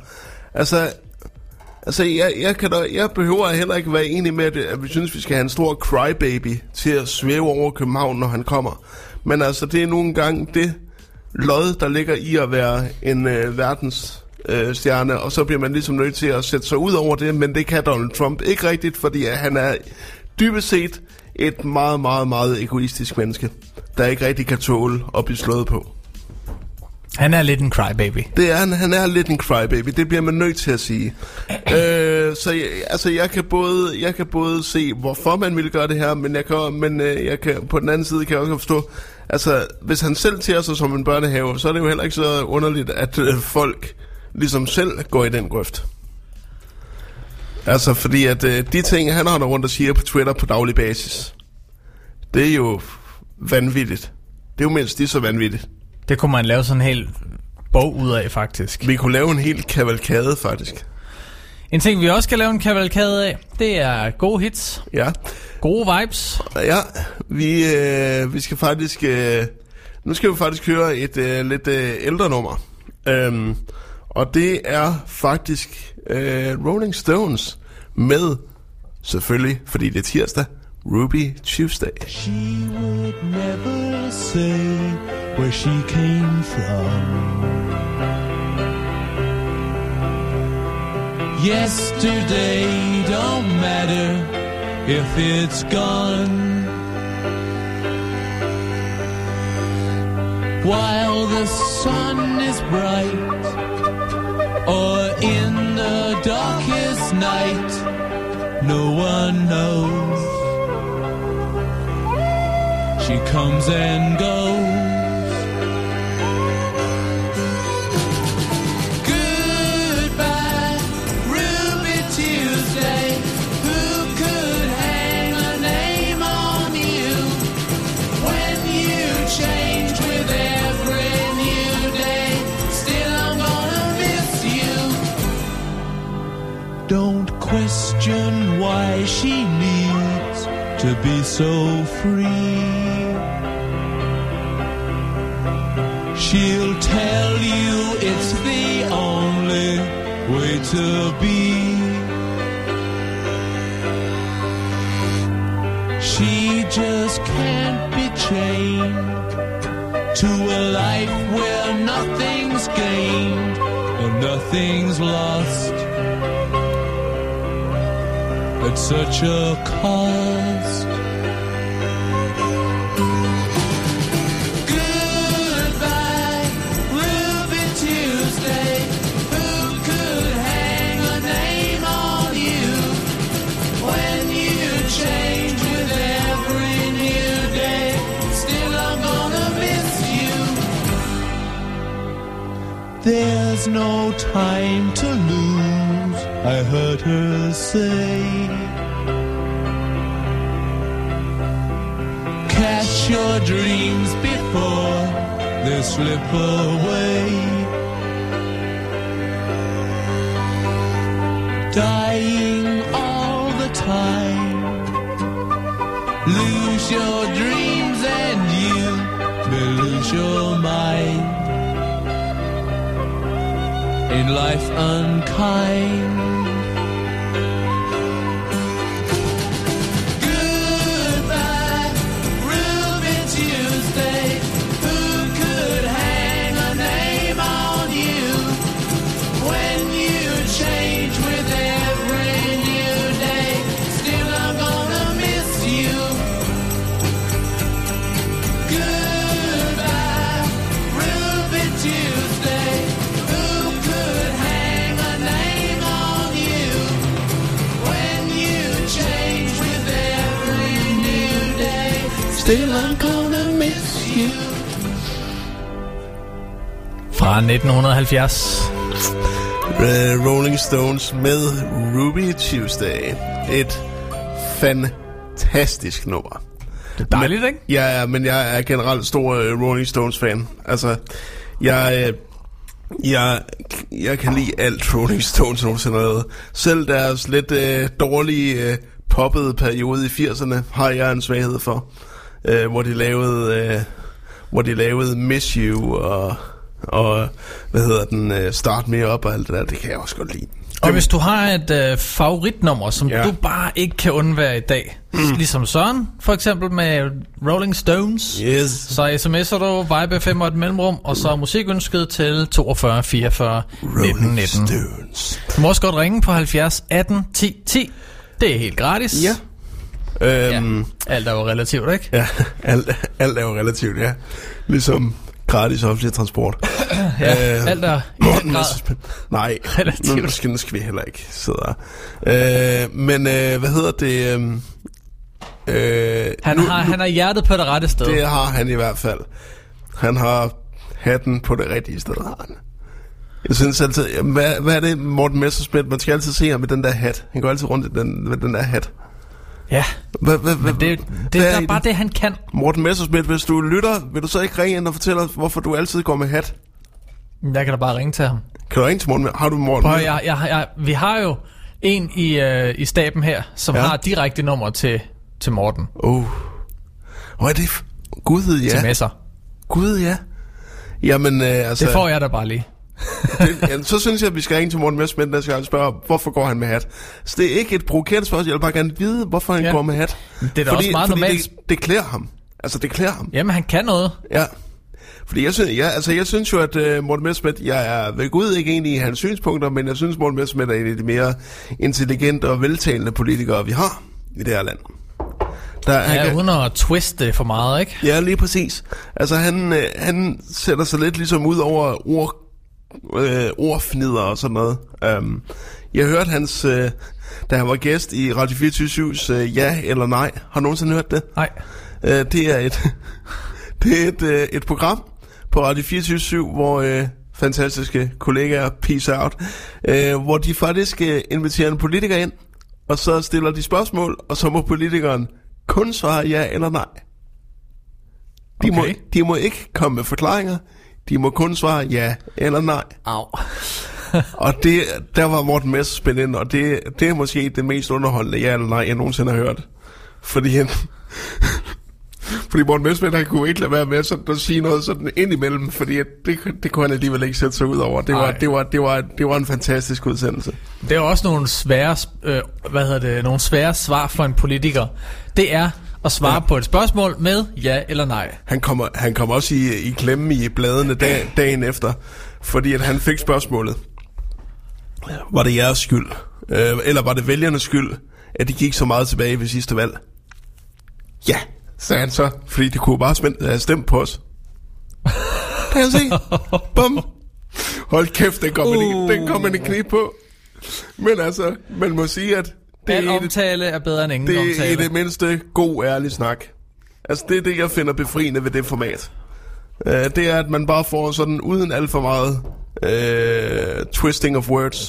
Jeg behøver heller ikke være enig med, at vi synes, vi skal have en stor crybaby til at svæve over København, når han kommer. Men altså, det er nu engang det lod, der ligger i at være en verdens stjerne, og så bliver man ligesom nødt til at sætte sig ud over det, men det kan Donald Trump ikke rigtigt, fordi han er dybest set et meget, meget, meget egoistisk menneske, der ikke rigtig kan tåle at blive slået på. Han er lidt en crybaby. Det er han er lidt en crybaby. Det bliver man nødt til at sige. Jeg kan både se, hvorfor man ville gøre det her, men jeg kan på den anden side kan jeg også forstå, hvis han selv tager sig som en børnehave, så er det jo heller ikke så underligt, at folk ligesom selv går i den grøft. Fordi at de ting, han har der rundt og siger på Twitter på daglig basis, det er jo vanvittigt. Det er jo mindst lige så vanvittigt. Det kunne man lave sådan en hel bog ud af, faktisk. Vi kunne lave en hel kavalkade, faktisk. En ting, vi også kan lave en kavalkade af, det er gode hits. Ja. Gode vibes. Ja, vi skal faktisk... nu skal vi faktisk høre et lidt ældre nummer. Og det er faktisk Rolling Stones med, selvfølgelig, fordi det er tirsdag, Ruby Tuesday. She would never say where she came from. Yesterday don't matter if it's gone. While the sun is bright, or in the darkest night, no one knows. She comes and goes. Goodbye, Ruby Tuesday. Who could hang a name on you when you change with every new day? Still I'm gonna miss you. Don't question why she needs to be so free. She'll tell you it's the only way to be. She just can't be chained to a life where nothing's gained and nothing's lost at such a cost. There's no time to lose, I heard her say. Catch your dreams before they slip away. Dying all the time. Lose your dreams and you may lose your mind. In life unkind. Goodbye, Ruby Tuesday. Who could hang a name on you when you change with every new day? Still I'm gonna miss you. Goodbye, Ruby Tuesday. Still I'm gonna miss you. Fra 1970. Rolling Stones med Ruby Tuesday. Et fantastisk nummer. Det er dejligt, ikke? Ja, men jeg er generelt stor Rolling Stones fan. Altså, jeg kan lide alt Rolling Stones nogensinde noget. Selv deres lidt dårlige poppede periode i 80'erne har jeg en svaghed for. Hvor de lavede Miss You og hvad hedder den, Start Me Up og alt det der, det kan jeg også godt lide. Og hvis du har et favoritnummer, som du bare ikke kan undvære i dag, ligesom Søren for eksempel med Rolling Stones, yes. Så sms'er du Vibe FM og et mellemrum, og så musikønsket til 42 44 19 19. Du må også godt ringe på 70 18 10 10. Det er helt gratis. Ja. Alt er jo relativt, ikke? Ja, alt er jo relativt, ja. Ligesom gratis offentlig transport. Ja, alt er i den grad. Nej, nu skal vi heller ikke sidde der. Men hvad hedder det? Han har hjertet på det rette sted. Det har han i hvert fald. Han har hatten på det rigtige sted, har han. Jeg synes altid, hvad er det, Morten Messerschmidt? Man skal altid se ham med den der hat. Han går altid rundt med den der hat. Ja, men det er bare det, han kan. Morten Messerschmidt, hvis du lytter, vil du så ikke ringe ind og fortælle os, hvorfor du altid går med hat? Jeg kan da bare ringe til ham. Kan du ringe til Morten? Har du Morten? Vi har jo en i staben her, som har direkte nummer til Morten. Hvor er det? Gud, ja. Til Messer. Gud, ja. Jamen, altså... Det får jeg da bare lige. Så synes jeg, at vi skal ringe til Morten Messerschmidt, der skal spørge, hvorfor går han med hat. Så det er ikke et provokerende spørgsmål, jeg vil bare gerne vide, hvorfor han går med hat. Det er da også meget normalt. Det klæder ham. Altså, det klæder ham. Jamen, han kan noget. Ja. Fordi jeg synes jo, at Morten Messerschmidt, jeg er ved Gud ikke enig i hans synspunkter, men jeg synes, Morten Messerschmidt er en af de mere intelligente og veltalende politikere, vi har i det her land. Uden at twiste for meget, ikke? Ja, lige præcis. Altså, han sætter sig lidt ligesom ud over ordfnider og sådan noget. Jeg hørte hans, da han var gæst i Radio 24/7's Ja eller Nej. Har du nogensinde hørt det? Nej. Det er et program på Radio 24/7, hvor fantastiske kollegaer, peace out, hvor de faktisk inviterer en politiker ind, og så stiller de spørgsmål, og så må politikeren kun svare ja eller nej. De må ikke komme med forklaringer. De må kun svare ja eller nej. Au. Og der var Morten Messerschmidt ind, og det er måske det mest underholdende ja eller nej, jeg nogensinde har hørt. Fordi Morten Messerschmidt, han kunne ikke lade være med sådan at sige noget sådan ind imellem, fordi det kunne han alligevel ikke sætte sig ud over. Det var en fantastisk udsendelse. Det er også nogle svære svar for en politiker. Det er at svare på et spørgsmål med ja eller nej. Han kom også i klemme i bladene dagen efter, fordi at han fik spørgsmålet. Var det jeres skyld? Eller var det vælgernes skyld, at de gik så meget tilbage ved sidste valg? Ja, sagde han så, fordi de kunne bare stemme på os. Kan jeg se? Bum. Hold kæft, den kom man i knib på. Men altså, man må sige, at al omtale er bedre end ingen omtale. Det er i det mindste god, ærlig snak. Altså, det er det, jeg finder befriende ved det format. Det er, at man bare får sådan, uden alt for meget twisting of words.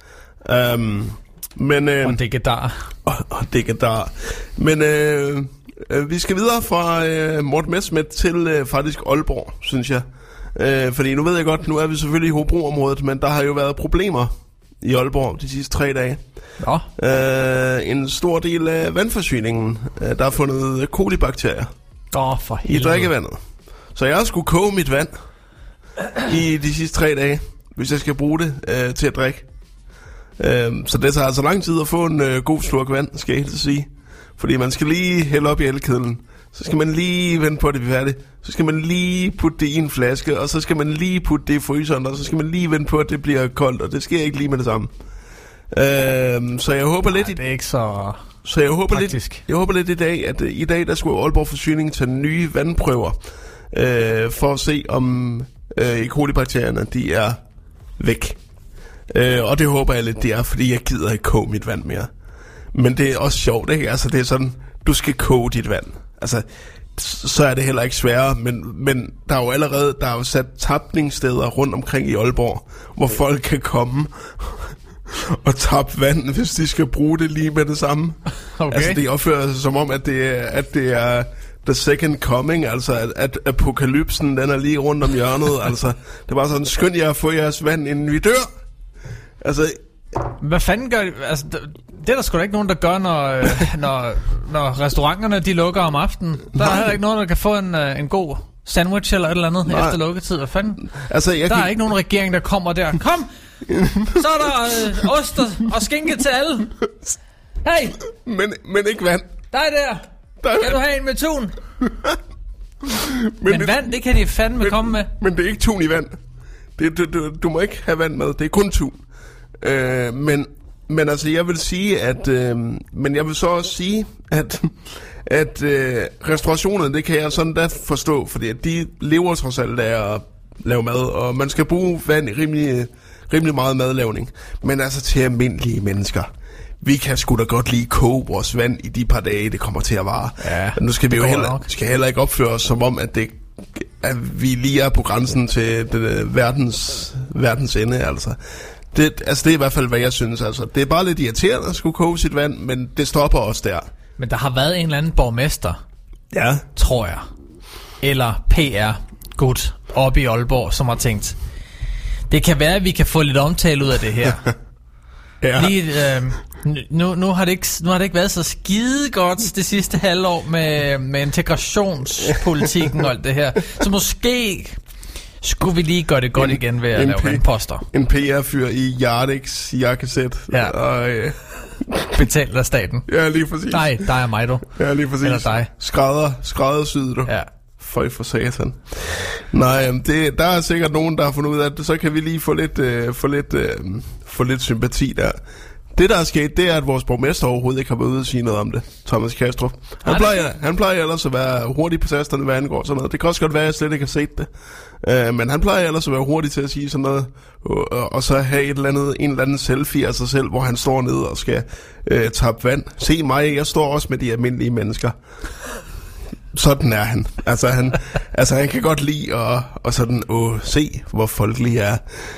Men, og dekadar. Og dekadar. Men vi skal videre fra Morten Messerschmidt til faktisk Aalborg, synes jeg. Fordi nu ved jeg godt, nu er vi selvfølgelig i Hobro-området, men der har jo været problemer i Aalborg de sidste 3 dage. En stor del af vandforsyningen, der er fundet kolibakterier for helvede. I drikkevandet. Så jeg skulle koge mit vand i de sidste 3 dage, hvis jeg skal bruge det til at drikke. Så det tager altså lang tid at få en god slurk vand, skal jeg helt sige. Fordi man skal lige hælde op i elkedlen. Så skal man lige vente på, at det bliver færdigt. Så skal man lige putte det i en flaske, og så skal man lige putte det i fryseren, og så skal man lige vente på, at det bliver koldt, og det sker ikke lige med det samme. Så jeg håber lidt... det er ikke så jeg håber praktisk. lidt, jeg håber lidt i dag, at i dag der skulle Aalborg Forsyning tage nye vandprøver, for at se om E. coli-bakterierne, de er væk. Og det håber jeg lidt, de er, fordi jeg gider ikke koge mit vand mere. Men det er også sjovt, ikke? Altså, det er sådan, du skal koge dit vand. Altså, så er det heller ikke sværere, men der er jo allerede sat tapningssteder rundt omkring i Aalborg, hvor folk kan komme og tappe vand, hvis de skal bruge det lige med det samme. Okay. Altså, det opfører sig som om, at det er the second coming, altså at apokalypsen, den er lige rundt om hjørnet. Altså, det er bare sådan, skynd jer at få jeres vand, inden vi dør. Altså... Hvad fanden gør de? Altså, det er der sgu da ikke nogen, der gør, når restauranterne de lukker om aftenen. Der er heller ikke nogen, der kan få en god sandwich eller et eller andet efter lukketid. Hvad fanden? Altså, der er ikke nogen regering, der kommer der. Kom! Så er der ost og skinke til alle. Hey! Men ikke vand. Dig der! Kan du have en med tun? men vand, det kan de fandme komme med. Men det er ikke tun i vand. Du må ikke have vand med. Det er kun tun. Men altså jeg vil sige at men jeg vil så også sige at restaurationerne, det kan jeg sådan da forstå, fordi at de lever trods alt af at lave mad, og man skal bruge vand i rimelig meget madlavning. Men altså til almindelige mennesker, vi kan sgu da godt lige koge vores vand i de par dage, det kommer til at vare. Ja, nu skal vi jo heller ikke opføre os som om, at vi lige er på grænsen til verdens ende, altså. Det er i hvert fald, hvad jeg synes. Altså. Det er bare lidt irriterende at skulle koge sit vand, men det stopper også der. Men der har været en eller anden borgmester, Ja. tror jeg, eller PR-gut oppe i Aalborg, som har tænkt, det kan være, at vi kan få lidt omtale ud af det her. Ja. Lige, nu har det ikke været så skide godt det sidste halvår med integrationspolitikken og alt det her. Så måske skulle vi lige gøre det godt igen ved at lave vandposter. En PR-fyr i Yardex jakkesæt. Ja. Og, Betalt af staten. ja, lige præcis. Nej, dig og mig, du. Ja, lige præcis. Eller dig. Skræddersyet, du. Ja. Føj for satan. Nej, der er sikkert nogen, der har fundet ud af det. Så kan vi lige få lidt sympati der. Det, der er sket, det er, at vores borgmester overhovedet ikke har været ude at sige noget om det. Thomas Kastrup. Han plejer ellers at være hurtig på tasterne, hvad angår sådan noget. Det kan også godt være, at jeg slet ikke har set det. Men han plejer ellers at være hurtig til at sige sådan noget. Og så have en eller anden selfie af sig selv, hvor han står nede og skal tappe vand. Se mig, jeg står også med de almindelige mennesker. Sådan er han. Han kan godt lide og sådan se, hvor folkelig er.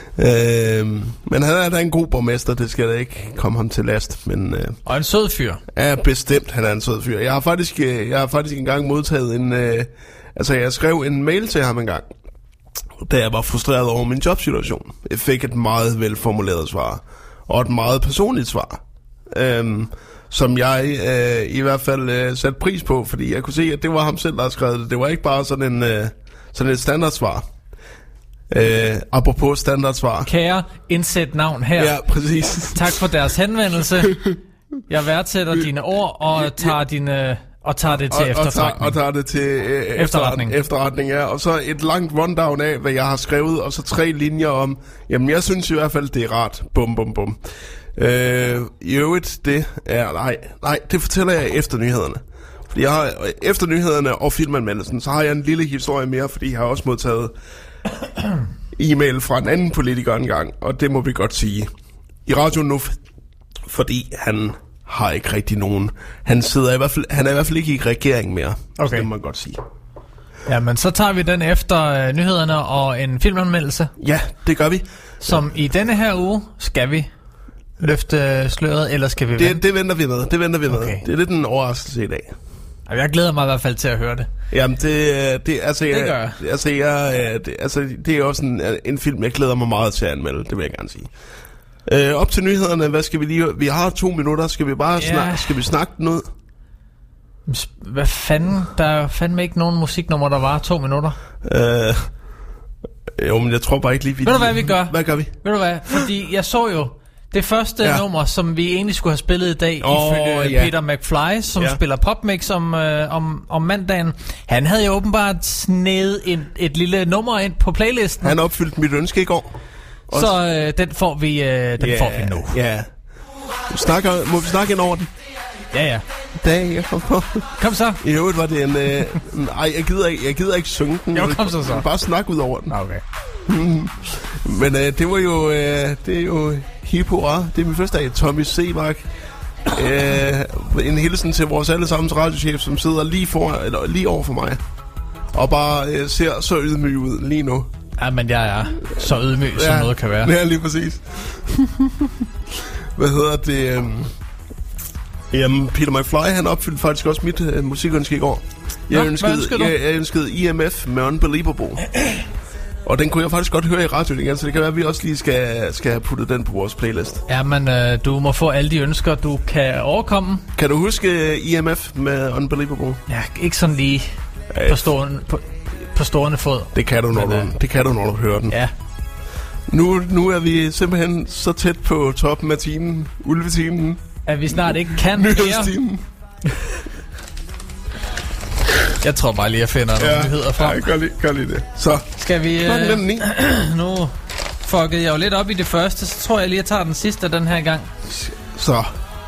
Men han er da en god borgmester, det skal da ikke komme ham til last. Men, og en sød fyr. Ja, bestemt, han er en sød fyr. Jeg har faktisk engang modtaget jeg skrev en mail til ham engang, da jeg var frustreret over min jobsituation. Jeg fik et meget velformuleret svar, og et meget personligt svar. Som jeg i hvert fald satte pris på, fordi jeg kunne se, at det var ham selv, der havde skrevet det. Det var ikke bare sådan et standardsvar. Apropos standardsvar. Kære, indsæt navn her. Ja, præcis. Tak for deres henvendelse. Jeg værdsætter dine ord og tager det til efterretning. Og tager det til efterretning, ja. Og så et langt rundown af, hvad jeg har skrevet, og så 3 linjer om, jamen jeg synes i hvert fald, det er rart. Bum, bum, bum. I øvrigt, det er... Nej, det fortæller jeg efter nyhederne. Fordi jeg har, efter nyhederne og filmanmeldelsen, så har jeg en lille historie mere, fordi jeg har også modtaget e-mail fra en anden politiker engang, og det må vi godt sige. I radioen nu, fordi han har ikke rigtig nogen... Han er i hvert fald ikke i regering mere, okay. Det må man godt sige. Ja, men så tager vi den efter nyhederne og en filmanmeldelse. Ja, det gør vi. Som i denne her uge skal vi løfte sløret, eller skal vi vente? Det venter vi med. Okay. Det er lidt en overraskelse i dag. Jeg glæder mig i hvert fald til at høre det. Jamen, det gør jeg. Det er også en film, jeg glæder mig meget til at anmelde, det vil jeg gerne sige. Op til nyhederne, hvad skal vi lige... Vi har 2 minutter, skal vi bare skal vi snakke den ud? Hvad fanden? Der er fandme ikke nogen musiknummer, der var 2 minutter. Jo, men jeg tror bare ikke lige... Ved du hvad vi gør? Hvad gør vi? Ved du hvad? Fordi jeg så jo det første nummer, som vi egentlig skulle have spillet i dag, ifølge Peter McFly, som spiller PopMix om mandagen. Han havde jo åbenbart snedet et lille nummer ind på playlisten. Han opfyldte mit ønske i går. Så den får vi nu. Ja. Må vi snakke ind over den? Ja. Kom så. I øvrigt var det en... jeg gider ikke synge den. Jo, kom så. Bare snak ud over den. Okay. Men det var jo... det er jo hip hurra. Det er min første dag. Tommy Sebak. En hilsen til vores allesammens radiochef, som sidder lige over for mig. Og bare ser så ydmyg ud lige nu. Ja, men jeg er så ydmyg, som noget kan være. Ja, lige præcis. Hvad hedder det? Jamen, Peter McFly, han opfyldte faktisk også mit musikønske i går. Jeg ønskede IMF med Unbelievable. Og den kunne jeg faktisk godt høre i radioen igen, så det kan være, at vi også lige skal have puttet den på vores playlist. Ja, men du må få alle de ønsker, du kan overkomme. Kan du huske IMF med Unbelievable? Ja, ikke sådan lige på stående fod. Det kan du, når du hører den. Ja. Nu er vi simpelthen så tæt på toppen af timen, ulvetimen. At vi snart ikke kan mere. Jeg tror bare lige, jeg finder nogle nyheder frem. Ja, gør lige det. Så skal vi... Nu fuckede jeg jo lidt op i det første, så tror jeg lige, jeg tager den sidste den her gang. Så.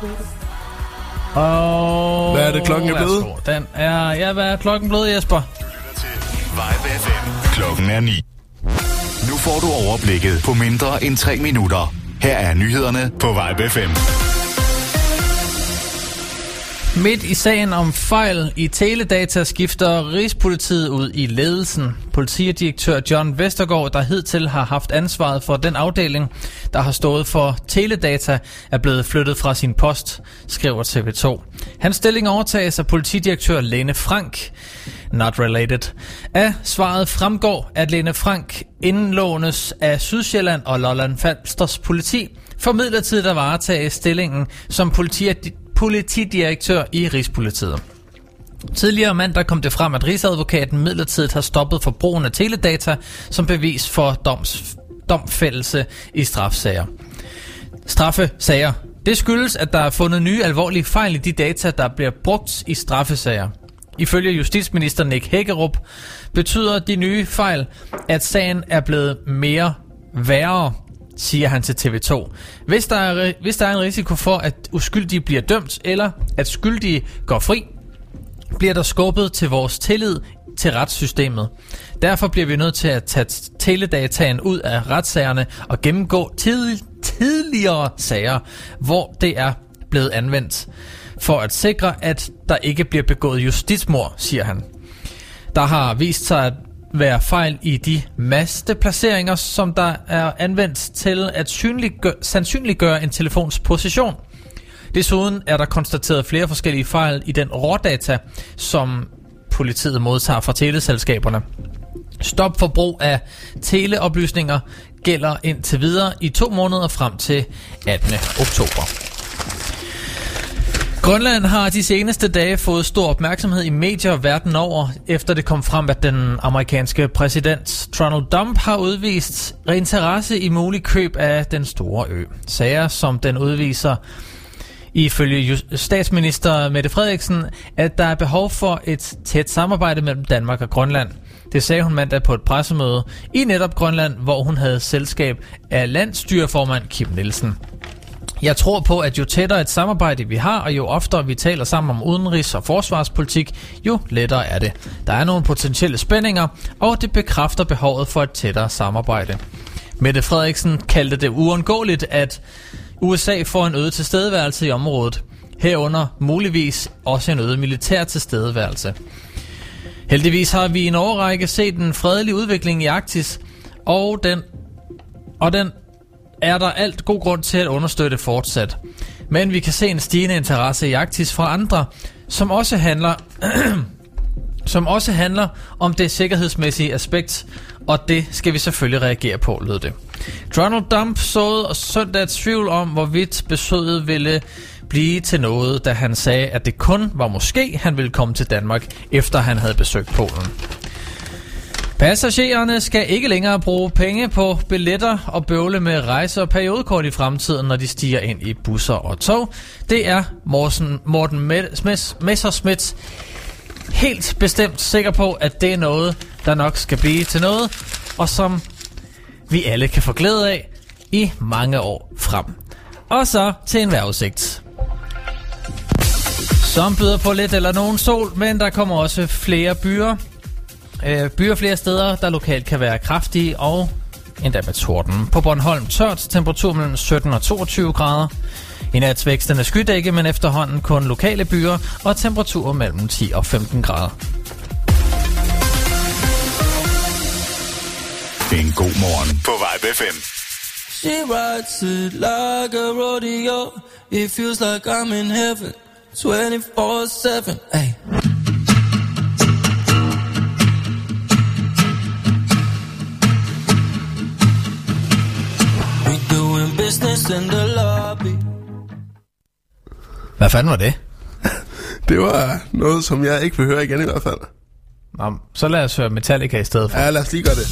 Og hvad er det, klokken er blevet? Den er... hvad er klokken blevet, Jesper? Vibe FM. Klokken er 9. Nu får du overblikket på mindre end 3 minutter. Her er nyhederne på Vibe FM. Midt i sagen om fejl i teledata skifter Rigspolitiet ud i ledelsen. Politidirektør John Vestergaard, der hidtil har haft ansvaret for den afdeling, der har stået for teledata, er blevet flyttet fra sin post, skriver TV2. Hans stilling overtages af politidirektør Lene Frank. Not related. Af svaret fremgår, at Lene Frank indlånes af Sydsjælland og Lolland-Falsters politi for midlertidigt at varetage stillingen som politidirektør i Rigspolitiet. Tidligere mandag kom det frem, at Rigsadvokaten midlertidigt har stoppet for brugen af teledata som bevis for domfældelse i straffesager. Det skyldes, at der er fundet nye alvorlige fejl i de data, der bliver brugt i straffesager. Ifølge justitsminister Nick Hækkerup betyder de nye fejl, at sagen er blevet mere værre, siger han til TV2. Hvis der er en risiko for, at uskyldige bliver dømt, eller at skyldige går fri, bliver der skubbet til vores tillid til retssystemet. Derfor bliver vi nødt til at tage teledataen ud af retssagerne og gennemgå tidligere sager, hvor det er blevet anvendt, for at sikre, at der ikke bliver begået justitsmord, siger han. Der har vist sig at være fejl i de masteplaceringer, som der er anvendt til at sandsynliggøre en telefons position. Desuden er der konstateret flere forskellige fejl i den rådata, som politiet modtager fra teleselskaberne. Stop for brug af teleoplysninger gælder indtil videre i 2 måneder frem til 18. oktober. Grønland har de seneste dage fået stor opmærksomhed i medier verden over, efter det kom frem, at den amerikanske præsident Donald Trump har udvist interesse i mulig køb af den store ø. Sager, som den udviser ifølge statsminister Mette Frederiksen, at der er behov for et tæt samarbejde mellem Danmark og Grønland. Det sagde hun mandag på et pressemøde i netop Grønland, hvor hun havde selskab af landsstyreformand Kim Nielsen. Jeg tror på, at jo tættere et samarbejde vi har, og jo oftere vi taler sammen om udenrigs- og forsvarspolitik, jo lettere er det. Der er nogle potentielle spændinger, og det bekræfter behovet for et tættere samarbejde. Mette Frederiksen kaldte det uundgåeligt, at USA får en øget tilstedeværelse i området. Herunder muligvis også en øget militær tilstedeværelse. Heldigvis har vi i en årrække set en fredelig udvikling i Arktis, og den er der alt god grund til at understøtte fortsat. Men vi kan se en stigende interesse i Arktis fra andre, som også handler om det sikkerhedsmæssige aspekt, og det skal vi selvfølgelig reagere på, lød det. Donald Trump såede søndag tvivl om, hvorvidt besøget ville blive til noget, da han sagde, at det kun var måske, han ville komme til Danmark, efter han havde besøgt Polen. Passagererne skal ikke længere bruge penge på billetter og bøvle med rejse- og periodekort i fremtiden, når de stiger ind i busser og tog. Det er Morten Messerschmidt helt bestemt sikker på, at det er noget, der nok skal blive til noget, og som vi alle kan få glæde af i mange år frem. Og så til en vejrudsigt, som byder på lidt eller nogen sol, men der kommer også flere byer. Byer flere steder, der lokalt kan være kraftige og endda med torden. På Bornholm tørt, temperatur mellem 17 og 22 grader. I nat vækstende skydække, men efterhånden kun lokale byer og temperaturer mellem 10 og 15 grader. En god morgen på Vibe FM. She rides it like a rodeo. It feels like I'm in heaven 24/7. Hey. Business in the lobby. Hvad fanden var det? Det var noget, som jeg ikke vil høre igen i hvert fald. Nå, så lad os høre Metallica i stedet for. Ja, lad os lige gøre det.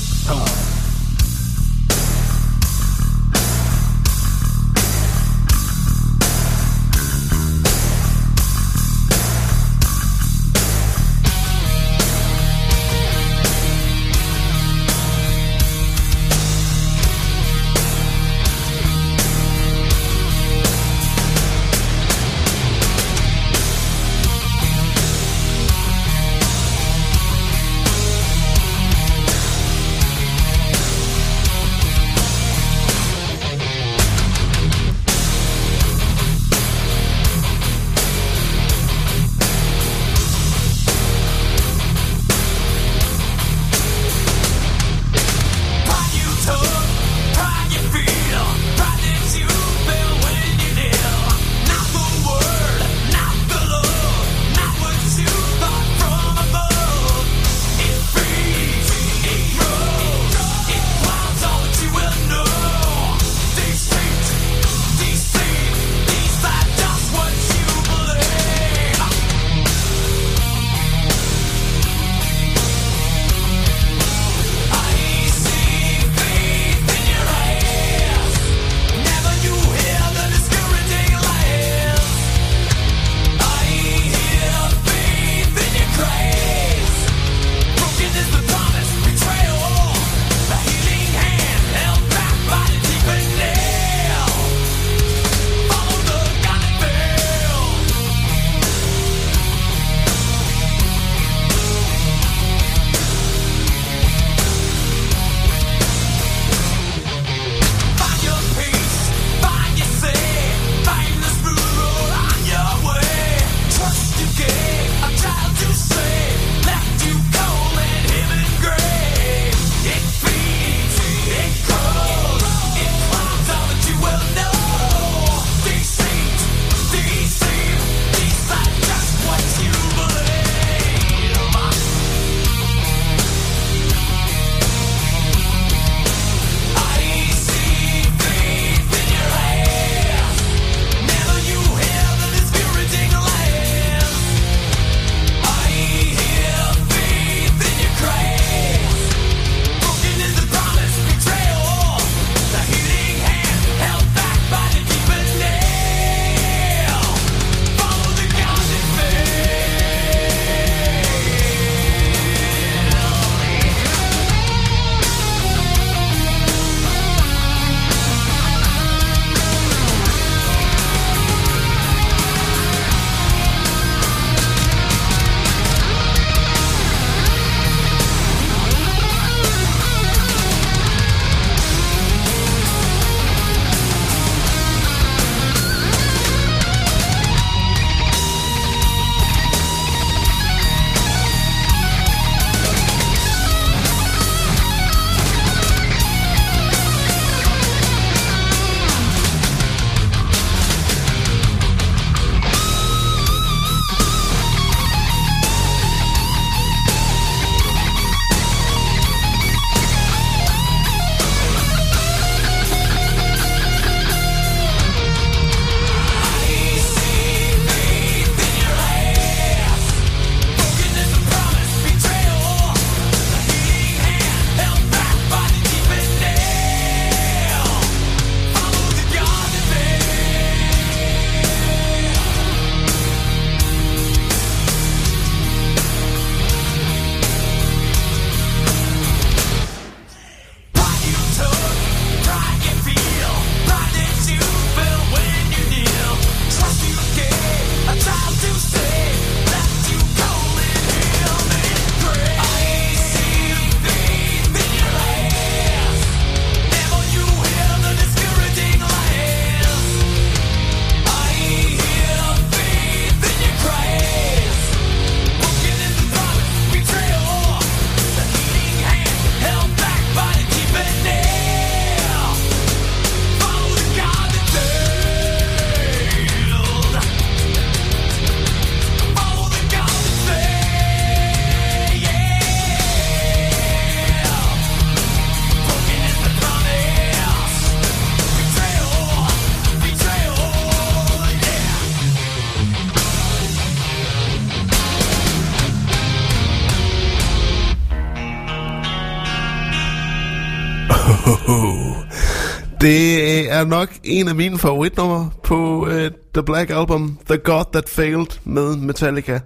Det er nok en af mine favoritnumre på The Black Album, The God That Failed med Metallica.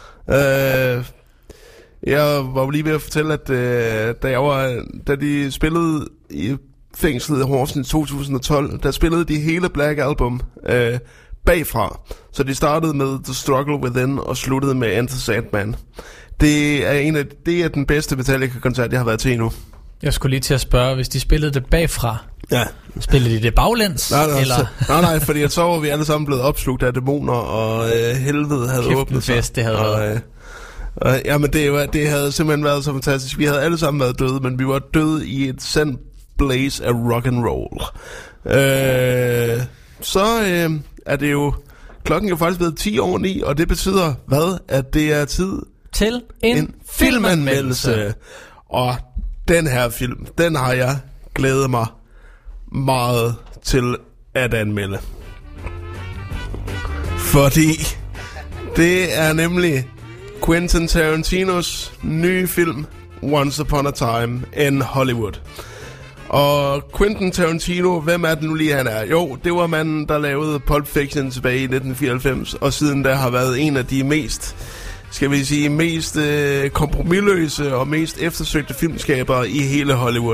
Jeg var lige ved at fortælle, at da de spillede i fængslet i Horsens i 2012, der spillede de hele Black Album bagfra. Så de startede med The Struggle Within og sluttede med Enter Sandman. Det er den bedste Metallica-koncert, jeg har været til endnu. Jeg skulle lige til at spørge, hvis de spillede det bagfra, ja. Spillede de det baglæns? Nej, fordi så var vi alle sammen blevet opslugt af dæmoner, og helvede havde åbnet sig. Fest, det havde været. Jamen det havde simpelthen været så fantastisk. Vi havde alle sammen været døde, men vi var døde i et sandt blaze af rock and roll. Så er det jo, klokken er jo faktisk blevet 10 over 9, og det betyder hvad? At det er tid til en filmanmeldelse. Og den her film, den har jeg glædet mig meget til at anmelde. Fordi det er nemlig Quentin Tarantinos nye film Once Upon a Time in Hollywood. Og Quentin Tarantino, hvem er det nu lige han er? Jo, det var manden, der lavede Pulp Fiction tilbage i 1994, og siden der har været en af de mest kompromisløse og mest eftersøgte filmskabere i hele Hollywood.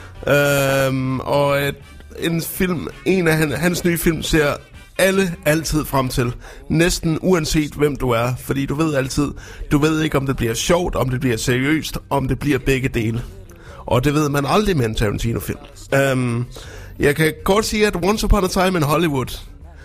En af hans nye film ser alle altid frem til. Næsten uanset hvem du er. Fordi du ved ikke om det bliver sjovt, om det bliver seriøst, om det bliver begge dele. Og det ved man aldrig med en Tarantino-film. Jeg kan kort sige, at Once Upon a Time in Hollywood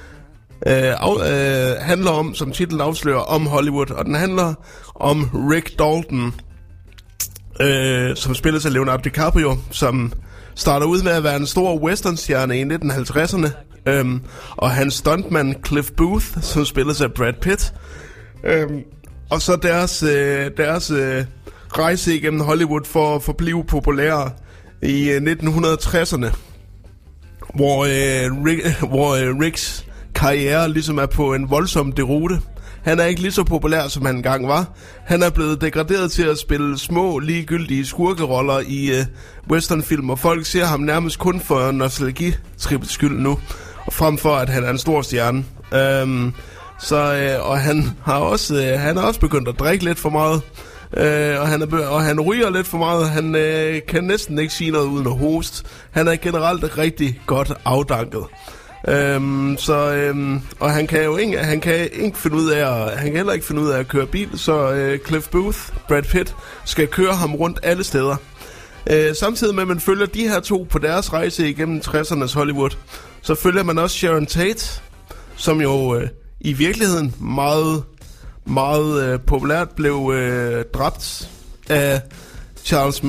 handler om, som titlen afslører, om Hollywood. Og den handler om Rick Dalton, som spilles af Leonardo DiCaprio, som starter ud med at være en stor westernstjerne i 1950'erne. Og hans stuntman Cliff Booth, som spilles af Brad Pitt. Og så deres rejse igennem Hollywood for at forblive populære i 1960'erne, hvor Ricks karriere ligesom er på en voldsom derute. Han er ikke lige så populær, som han engang var. Han er blevet degraderet til at spille små, ligegyldige skurkeroller i westernfilm, og folk ser ham nærmest kun for nostalgitrippets skyld nu, og frem for at han er en stor stjerne. Og han har også begyndt at drikke lidt for meget. Og han ryger lidt for meget. Han kan næsten ikke sige noget uden at hoste. Han er generelt rigtig godt afdanket. Og han kan jo han kan heller ikke finde ud af at køre bil. Så Cliff Booth, Brad Pitt, skal køre ham rundt alle steder. Samtidig med at man følger de her to på deres rejse igennem 60'ernes Hollywood, så følger man også Sharon Tate, som jo i virkeligheden meget populært blev dræbt af Charles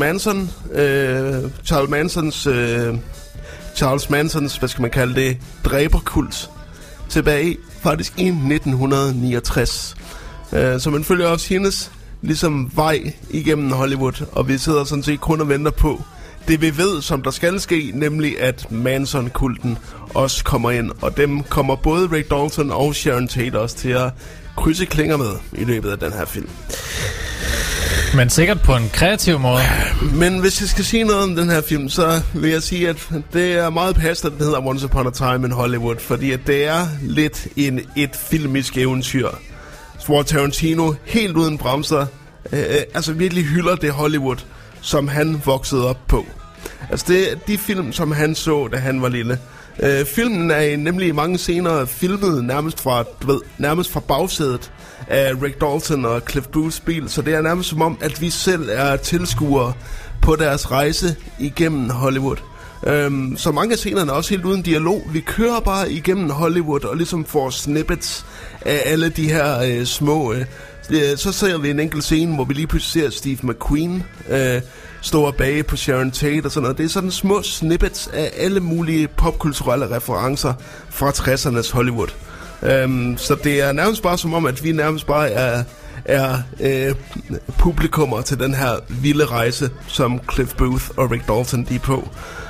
Mansons, hvad skal man kalde det, dræberkult tilbage faktisk i 1969. Så man følger også hendes ligesom vej igennem Hollywood, og vi sidder sådan set kun og venter på det vi ved, som der skal ske, nemlig at Manson-kulten også kommer ind, og dem kommer både Rick Dalton og Sharon Tate også til at krydse klinger med i løbet af den her film. Men sikkert på en kreativ måde. Men hvis jeg skal sige noget om den her film, så vil jeg sige, at det er meget passende, at den hedder Once Upon a Time in Hollywood, fordi at det er lidt et filmisk eventyr, hvor Tarantino helt uden bremser virkelig hylder det Hollywood, som han voksede op på. Altså det er de film, som han så, da han var lille. Filmen er nemlig i mange scener filmet nærmest fra bagsædet af Rick Dalton og Cliff Booths bil, så det er nærmest som om, at vi selv er tilskuere på deres rejse igennem Hollywood. Så mange af scenerne er også helt uden dialog. Vi kører bare igennem Hollywood og ligesom får snippets af alle de her små... Så ser vi en enkelt scene, hvor vi lige pludselig ser Steve McQueen stå og bage på Sharon Tate og sådan noget. Det er sådan små snippets af alle mulige popkulturelle referencer fra 60'ernes Hollywood. Så det er nærmest bare som om, at vi nærmest bare er publikummer til den her vilde rejse, som Cliff Booth og Rick Dalton de er på.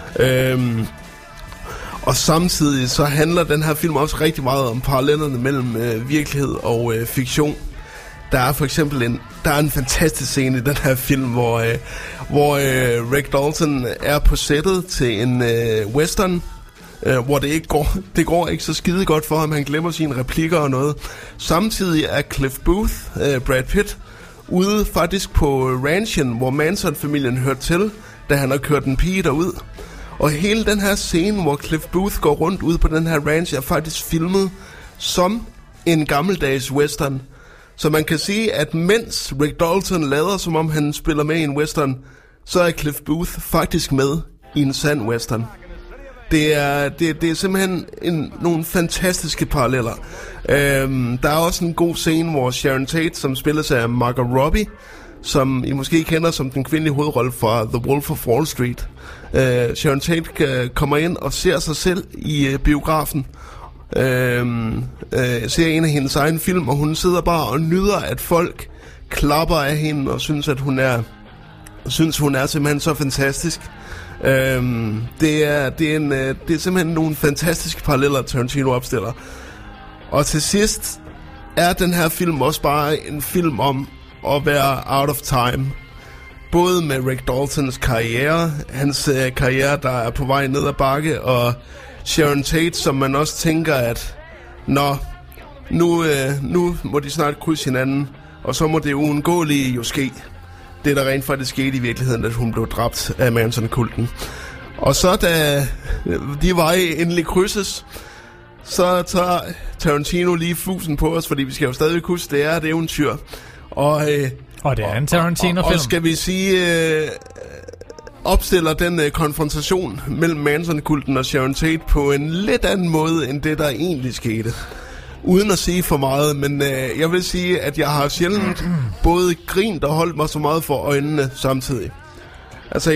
Og samtidig så handler den her film også rigtig meget om parallellerne mellem virkelighed og fiktion. Der er for eksempel en fantastisk scene i den her film, hvor Rick Dalton er på sættet til en western, hvor det går ikke så skide godt for ham. Han glemmer sine replikker og noget. Samtidig er Cliff Booth, Brad Pitt, ude faktisk på ranchen, hvor Manson-familien hørte til, da han har kørt en pige derud. Og hele den her scene, hvor Cliff Booth går rundt ude på den her ranch, er faktisk filmet som en gammeldags western. Så man kan sige, at mens Rick Dalton lader, som om han spiller med i en western, så er Cliff Booth faktisk med i en sand western. Det er simpelthen nogle fantastiske paralleller. Der er også en god scene, hvor Sharon Tate, som spilles af Margot Robbie, som I måske kender som den kvindelige hovedrolle fra The Wolf of Wall Street. Sharon Tate kommer ind og ser sig selv i biografen. Ser en af hendes egen film, og hun sidder bare og nyder, at folk klapper af hende og synes, at hun er simpelthen så fantastisk. Det er simpelthen nogle fantastiske paralleller, Tarantino opstiller. Og til sidst er den her film også bare en film om at være out of time. Både med Rick Daltons karriere, hans karriere, der er på vej ned ad bakke, og Sharon Tate, som man også tænker, at nu må de snart krydse hinanden, og så må det uundgåelige jo ske. Det, der rent faktisk skete i virkeligheden, at hun blev dræbt af Manson-kulten. Og så da de veje endelig krydses, så tager Tarantino lige fusen på os, fordi vi skal jo stadig huske, det er et eventyr. Og det er en Tarantino-film. Og skal vi sige, opstiller den konfrontation mellem Manson-kulten og Sharon Tate på en lidt anden måde, end det, der egentlig skete. Uden at sige for meget, men jeg vil sige, at jeg har sjældent både grint og holdt mig så meget for øjnene samtidig. Altså,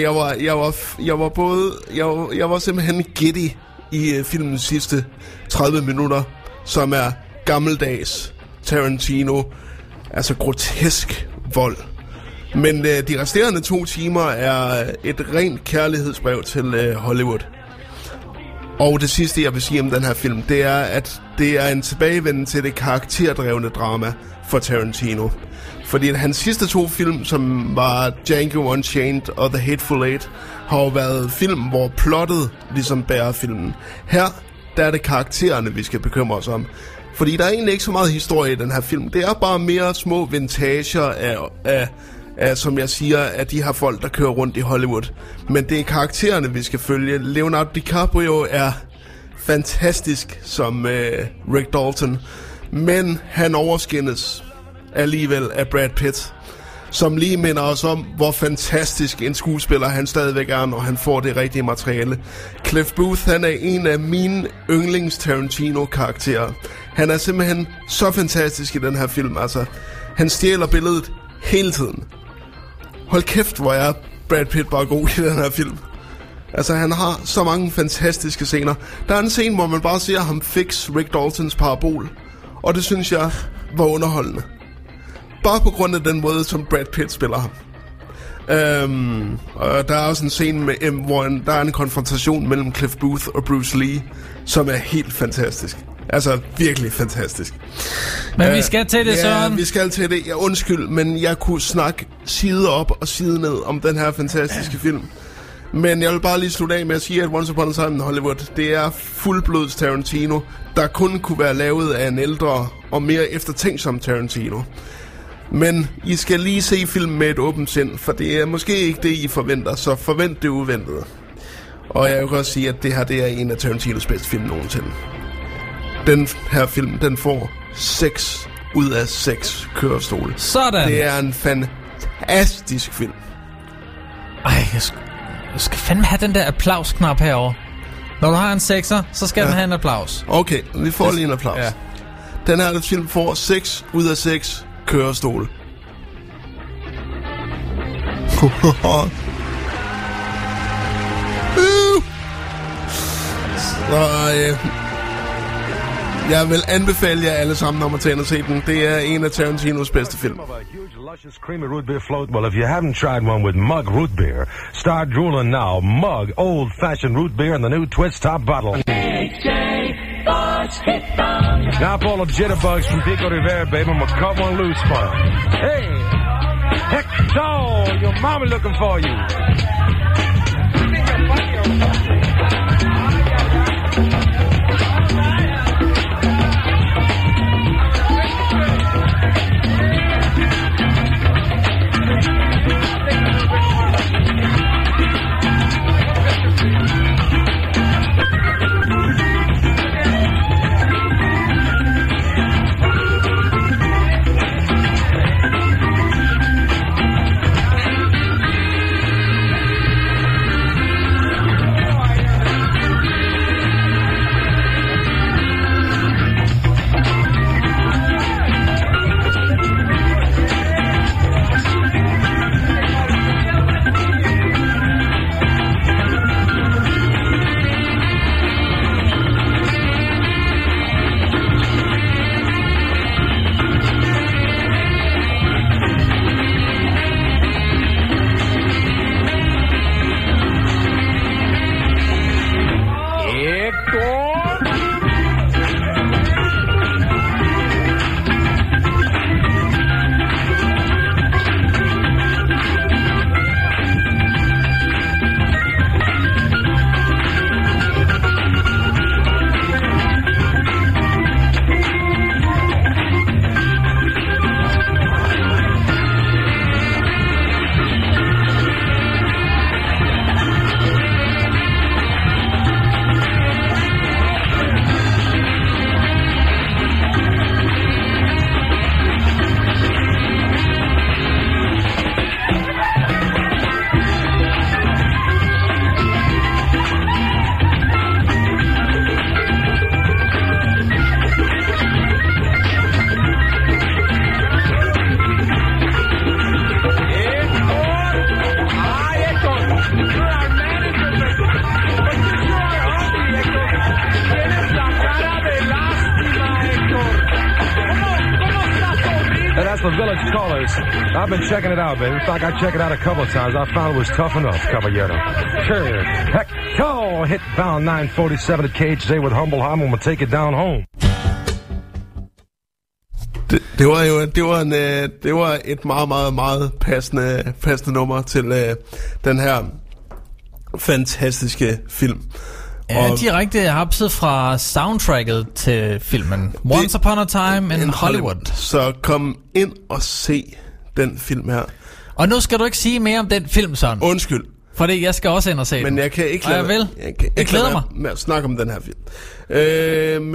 jeg var simpelthen giddy i filmens sidste 30 minutter, som er gammeldags Tarantino, altså grotesk vold. Men de resterende 2 timer er et rent kærlighedsbrev til Hollywood. Og det sidste, jeg vil sige om den her film, det er, at det er en tilbagevenden til det karakterdrevne drama for Tarantino. Fordi hans sidste 2 film, som var Django Unchained og The Hateful Eight, har jo været film, hvor plottet ligesom bærer filmen. Her, der er det karaktererne, vi skal bekymre os om. Fordi der er egentlig ikke så meget historie i den her film. Det er bare mere små vintager af, som jeg siger, af de her folk, der kører rundt i Hollywood. Men det er karaktererne, vi skal følge. Leonardo DiCaprio er fantastisk som Rick Dalton, men han overskinnes alligevel af Brad Pitt, som lige minder os om, hvor fantastisk en skuespiller han stadigvæk er, når han får det rigtige materiale. Cliff Booth, han er en af mine yndlings Tarantino-karakterer. Han er simpelthen så fantastisk i den her film. Altså, han stjæler billedet hele tiden. Hold kæft, hvor er Brad Pitt bare god i den her film. Altså, han har så mange fantastiske scener. Der er en scene, hvor man bare ser ham fix Rick Daltons parabol, og det synes jeg var underholdende. Bare på grund af den måde, som Brad Pitt spiller ham. Og der er også en scene, hvor der er en konfrontation mellem Cliff Booth og Bruce Lee, som er helt fantastisk. Altså, virkelig fantastisk. Men vi skal til det, Søren. Ja, vi skal til det. Ja, undskyld, men jeg kunne snakke side op og side ned om den her fantastiske film. Men jeg vil bare lige slutte af med at sige, at Once Upon a Time in Hollywood, det er fuldblods Tarantino, der kun kunne være lavet af en ældre og mere eftertænksom Tarantino. Men I skal lige se filmen med et åbent sind, for det er måske ikke det, I forventer, så forvent det uventede. Og jeg vil også sige, at det her det er en af Tarantinos bedste film nogensinde. Den her film, den får 6 ud af 6 kørestole. Sådan! Det er en fantastisk film. Ej, jeg skal fandme have den der applausknap herovre. Når du har en 6'er, så skal den have en applaus. Okay, vi får lige en applaus. Ja. Den her film får 6 ud af 6 kørestole. Så jeg vil anbefale jer alle sammen om at tage og se den. Det er en af Tarantinos bedste film. Creamy root beer float. Well, if you haven't tried one with Mug root beer, start drooling now. Mug old-fashioned root beer in the new twist top bottle. AJ Fox hit Now for all the jitterbugs from Pico Rivera, baby, I'm gonna cut one loose for you. Hey, Hector, your mommy looking for you. The Village Callers. I've been checking it out, baby. In fact, I checked it out a couple of times. I found it was tough enough, Caballero. Sure. Heck, go! Hit bound 947 at KHJ with Humble Hum. I'm gonna take it down home. Det var et meget passende nummer til den her fantastiske film. Ja, direkte hapset fra soundtracket til filmen Once Upon a Time in Hollywood. Så kom ind og se den film her. Og nu skal du ikke sige mere om den film, Søren. Undskyld. Fordi jeg skal også ind og se den. Men jeg kan ikke lade jeg glæder mig med at snakke om den her film.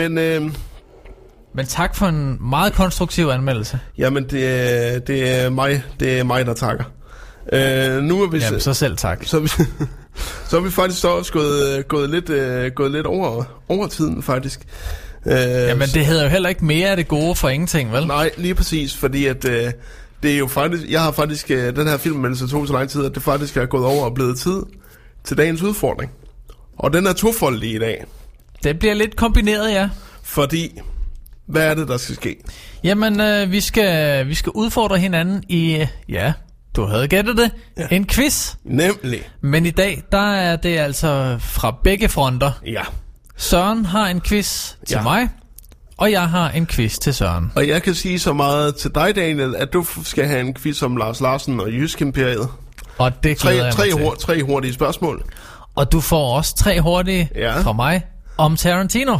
Men tak for en meget konstruktiv anmeldelse. Jamen, det er mig, der takker. Nu er vi Jamen, så selv tak. Så er vi faktisk også gået lidt over tiden, faktisk. Jamen, det hedder jo heller ikke mere af det gode for ingenting, vel? Nej, lige præcis, fordi at det er jo faktisk... Jeg har faktisk den her film, mens det tog så lang tid, at det faktisk er gået over og blevet tid til dagens udfordring. Og den er tofoldig i dag. Det bliver lidt kombineret, ja. Fordi, hvad er det, der skal ske? Jamen, vi skal udfordre hinanden i... Ja, du havde gættet det. Ja. En quiz. Nemlig. Men i dag, der er det altså fra begge fronter. Ja. Søren har en quiz til mig, og jeg har en quiz til Søren. Og jeg kan sige så meget til dig, Daniel, at du skal have en quiz om Lars Larsen og Jysk Imperiet. Og det glæder jeg mig til. Tre hurtige spørgsmål. Og du får også 3 hurtige fra mig om Tarantino.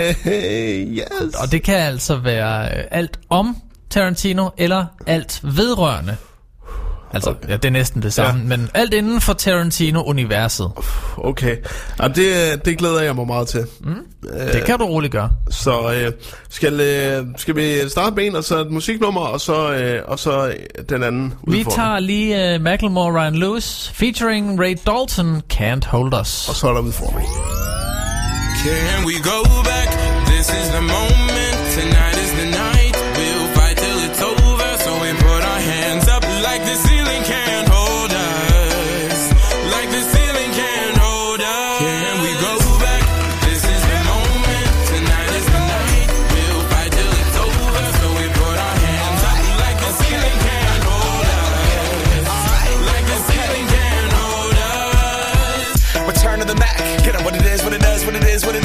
Yes. Og det kan altså være alt om Tarantino, eller alt vedrørende. Altså, ja, det er næsten det samme, men alt inden for Tarantino-universet. Okay, ja, det glæder jeg mig meget til. Det kan du roligt gøre. Så skal vi starte med en, og så et musiknummer, og så den anden udfordring. Vi tager lige Macklemore Ryan Lewis featuring Ray Dalton, Can't Hold Us. Og så er der udfordring. Can we go back? This is the moment. Tonight is the night. We'll fight till it's over. So we put our hands up like the ceiling can't hold us. Like the ceiling can't hold us. Can we go back? This is the moment. Tonight is the night. We'll fight till it's over. So we put our hands up like the ceiling can't hold us. Like the ceiling can't hold us. Return to the Mac. Get on what it is, what it does, what it is, what it isn't.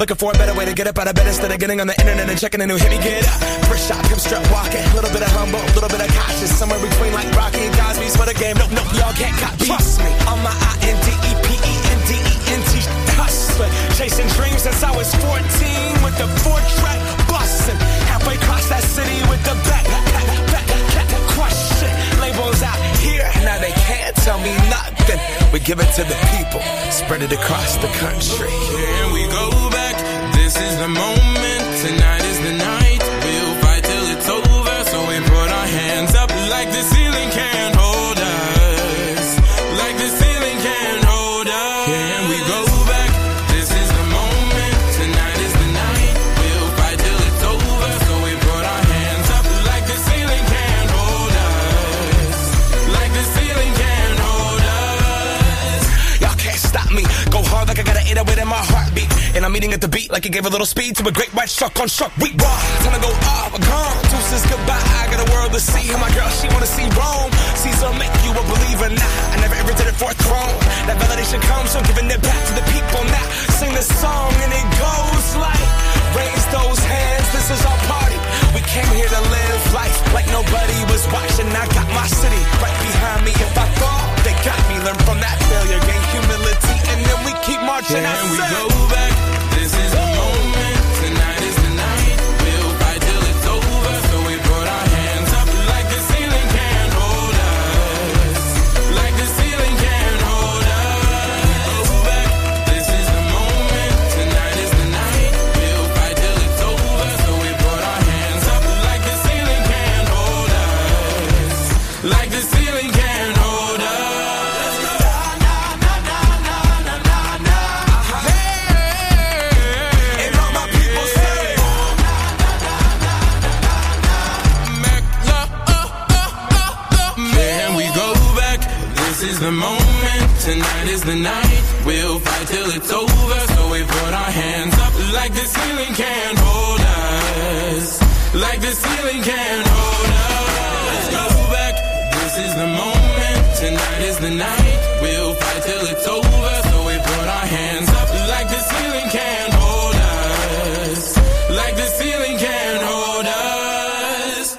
Looking for a better way to get up out of bed instead of getting on the internet and checking a new hit. Me get up, first shot, pimp strut walking. A little bit of humble, a little bit of cautious. Somewhere between like Rocky and Cosby's for the game. Nope, nope, y'all can't copy. Trust me, on my INDEPENDENT hustler. Chasing dreams since I was 14 with the 4-track bustin'. Halfway across that city with the back crush shit. Labels out here, now they can't tell me nothing. We give it to the people, spread it across the country. Here we go back, this is the moment, tonight is the night. We'll fight till it's over, so we put our hands up like the ceiling can't hold us. Like the ceiling can't hold us. Here we go back, this is the moment, tonight is the night. We'll fight till it's over, so we put our hands up like the ceiling can't hold us. Like the ceiling can't hold us. Y'all can't stop me, go hard like I got an 808 in my heartbeat. And I'm eating at the beat like it gave a little speed to a great white shark on shark. We raw, time to go off, gone. Deuces goodbye, I got a world to see. And my girl, she wanna see Rome. Caesar make you a believer now. I never ever did it for a throne. That validation comes from giving it back to the people now. Sing this song and it goes like, raise those hands, this is our party. We came here to live life like nobody was watching. I got my city right behind me. If I fall, they got me. Learn from that failure, gain humility, and then we keep marching. Can we go back? This is the moment, tonight is the night. We'll fight till it's over, so we put our hands up like the ceiling can't hold us. Like the ceiling can't hold us. Go back, this is the moment, tonight is the night. We'll fight till it's over, so we put our hands up like the ceiling can't hold us. Like the ceiling can't hold us. This is the moment, tonight is the night. We'll fight till it's over, so we put our hands up like the ceiling can't hold us. Like the ceiling can't hold us. Go back, this is the moment, tonight is the night. We'll fight till it's over, so we put our hands up like the ceiling can't hold us. Like the ceiling can't hold us.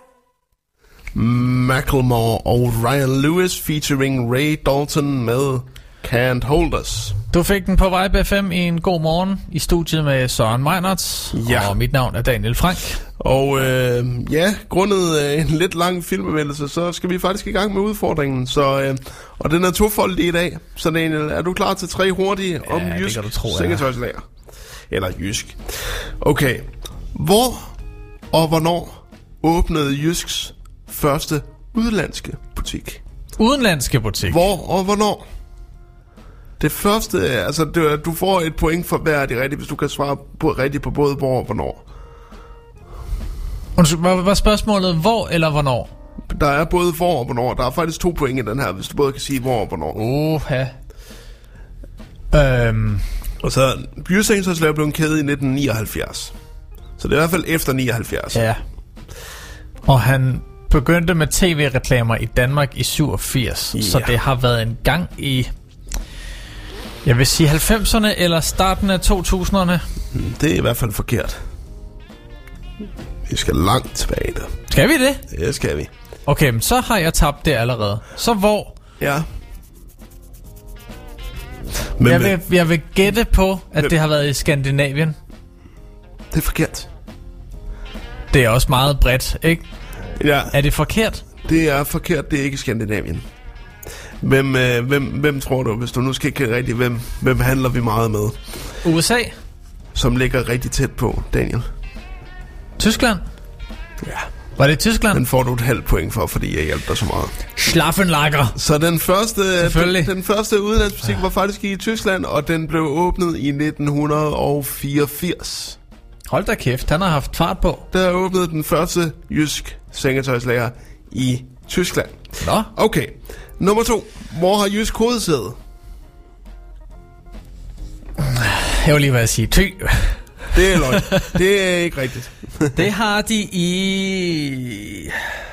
Macklemore og Ryan Lewis featuring Ray Dalton med Can't Hold Us. Du fik den på Vibe FM i en god morgen i studiet med Søren Meinertz, ja. Og mit navn er Daniel Frank. Og grundet en lidt lang filmanmeldelse, så skal vi faktisk i gang med udfordringen. Så, og den er tofoldig i dag. Så Daniel, er du klar til 3 hurtige om jysk sengetøjslager? Eller jysk. Okay. Hvor og hvornår åbnede Jysks første udenlandske butik? Udenlandske butik? Hvor og hvornår? Det første, altså du får et point for hver af de rigtige, hvis du kan svare rigtigt på både hvor og hvornår. Hvad var spørgsmålet? Hvor eller hvornår? Der er både hvor og hvornår. Der er faktisk 2 point i den her, hvis du både kan sige hvor og hvornår. Og så Bjørsengetøjslager blev en kæde i 1979. Så det er i hvert fald efter 79. Ja. Og han begyndte med tv-reklamer i Danmark i 87. Ja. Så det har været en gang i, jeg vil sige 90'erne eller starten af 2000'erne. Det er i hvert fald forkert. Vi skal langt tilbage der. Skal vi det? Det skal vi. Okay, men så har jeg tabt det allerede. Så hvor? Ja. Jeg vil gætte på, at det har været i Skandinavien. Det er forkert. Det er også meget bredt, ikke? Ja. Er det forkert? Det er forkert, det er ikke Skandinavien. Hvem tror du, hvis du nu skal ikke rigtigt, hvem handler vi meget med? USA? Som ligger rigtig tæt på, Daniel. Tyskland? Ja. Var det Tyskland? Den får du et halvt point for, fordi jeg hjalp dig så meget. Schlaffenlager. Så den første udenlandsbutik var faktisk i Tyskland, og den blev åbnet i 1984. Hold da kæft, han har haft fart på. Der åbnede den første jysk sengetøjslager i Tyskland. Nå. Okay. Nummer 2. Hvor har Jysk hovedsæde? Jeg vil lige være at sige Thy. Det er løgn. Det er ikke rigtigt. Det har de i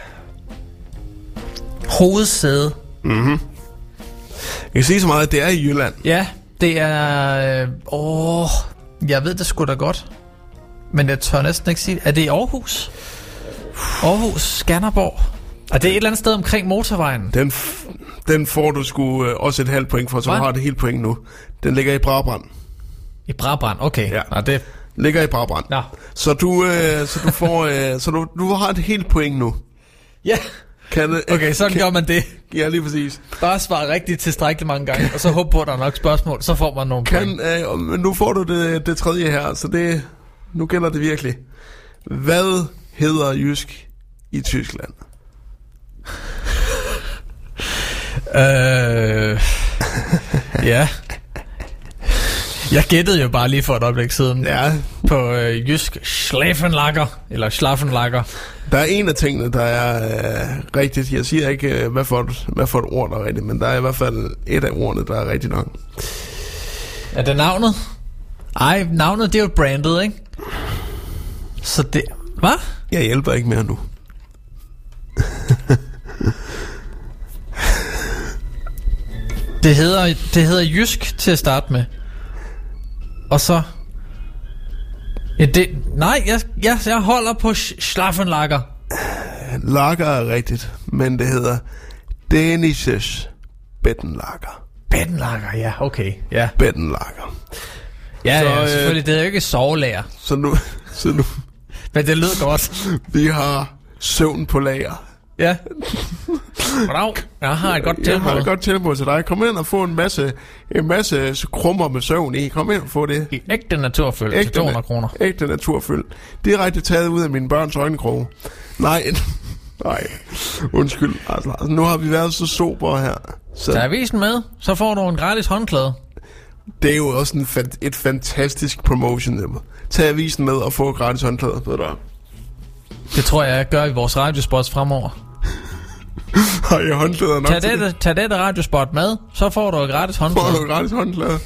hovedsæde. Mhm. Jeg kan sige så meget, at det er i Jylland. Ja, det er Jeg ved det sgu da godt. Men jeg tør næsten ikke sige. Er det i Aarhus? Aarhus, Skanderborg. Er det et eller andet sted omkring motorvejen? Den får du sgu også et halvt point for, så du har det helt point nu. Den ligger i Brabrand. I Brabrand, okay. Ja. Nå, det ligger i Brabrand. Nå. Så du får du har et helt point nu. Ja. Okay, sådan gør man det. Ja, lige præcis. Bare svare rigtigt tilstrækkeligt mange gange, og så håbe på, at der er nok spørgsmål, så får man nogle point. Men nu får du det tredje her, så nu gælder det virkelig. Hvad hedder jysk i Tyskland? Ja. Jeg gættede jo bare lige for et øjeblik siden på jysk Schlafenlager, eller Schlafenlager. Der er en af tingene, der er rigtigt. Jeg siger ikke, hvad for et ord, der er rigtigt, men der er i hvert fald et af ordene, der er rigtigt nok. Er det navnet? Ej, navnet det er jo brandet, ikke? Så det... Hvad? Jeg hjælper ikke mere nu. Det hedder jysk til at starte med. Og så... Jeg holder på Schlafenlager. Lager er rigtigt, men det hedder Dänisches Bettenlager. Bettenlager, ja, okay. Ja. Bettenlager. Ja, selvfølgelig. Det er jo ikke sovelager. Så nu... Men det lød godt. Vi har søvn på lager. Ja. Goddag. Jeg har et godt tilbud. Jeg har et godt tilbud til dig. Kom ind og få en masse krummer med søvn i. Kom ind og få det. I ægte naturfyld til 200 kroner. Ægte naturfyld. Direkte taget ud af mine børns øjenkroge. Nej. Undskyld. Altså, nu har vi været så sober her. Så tag avisen med, så får du en gratis håndklæde. Det er jo også et fantastisk promotion. Tag avisen med og få gratis håndklæde. Ved du. Det tror jeg gør i vores radiospots fremover. Har jeg håndklæder nok Tag dette radiospot med, så får du et gratis håndklæde.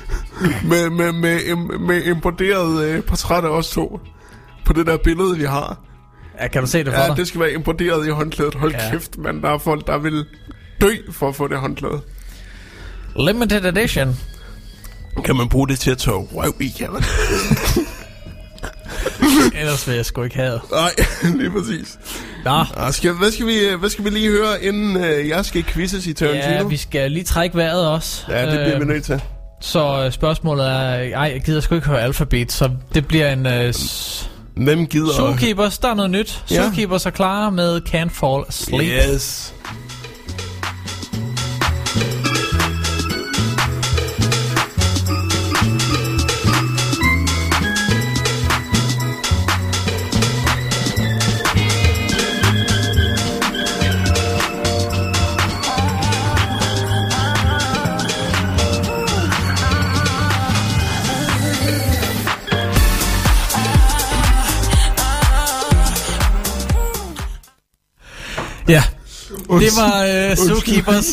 Med importeret portræt af os to. På det der billede, vi har. Ja, kan du se det for dig? Ja, det skal være importeret i håndklædet. Hold kæft, mand. Der er folk, der vil dø for at få det håndklæde. Limited edition. Kan man bruge det til at tage røv i, kan man? Ellers vil jeg sgu ikke have det. Nej, lige præcis. Nå. Hvad skal vi lige høre, inden jeg skal quizzes i Tarantino? Ja, vi skal lige trække vejret også. Ja, det bliver vi nødt til. Så spørgsmålet er... Ej, jeg gider sgu ikke høre alfabet, så det bliver en... Hvem gider? Zookeepers, der er noget nyt. Ja. Zookeepers er klar med Can't Fall Asleep. Yes. Ja, det var Zookeepers.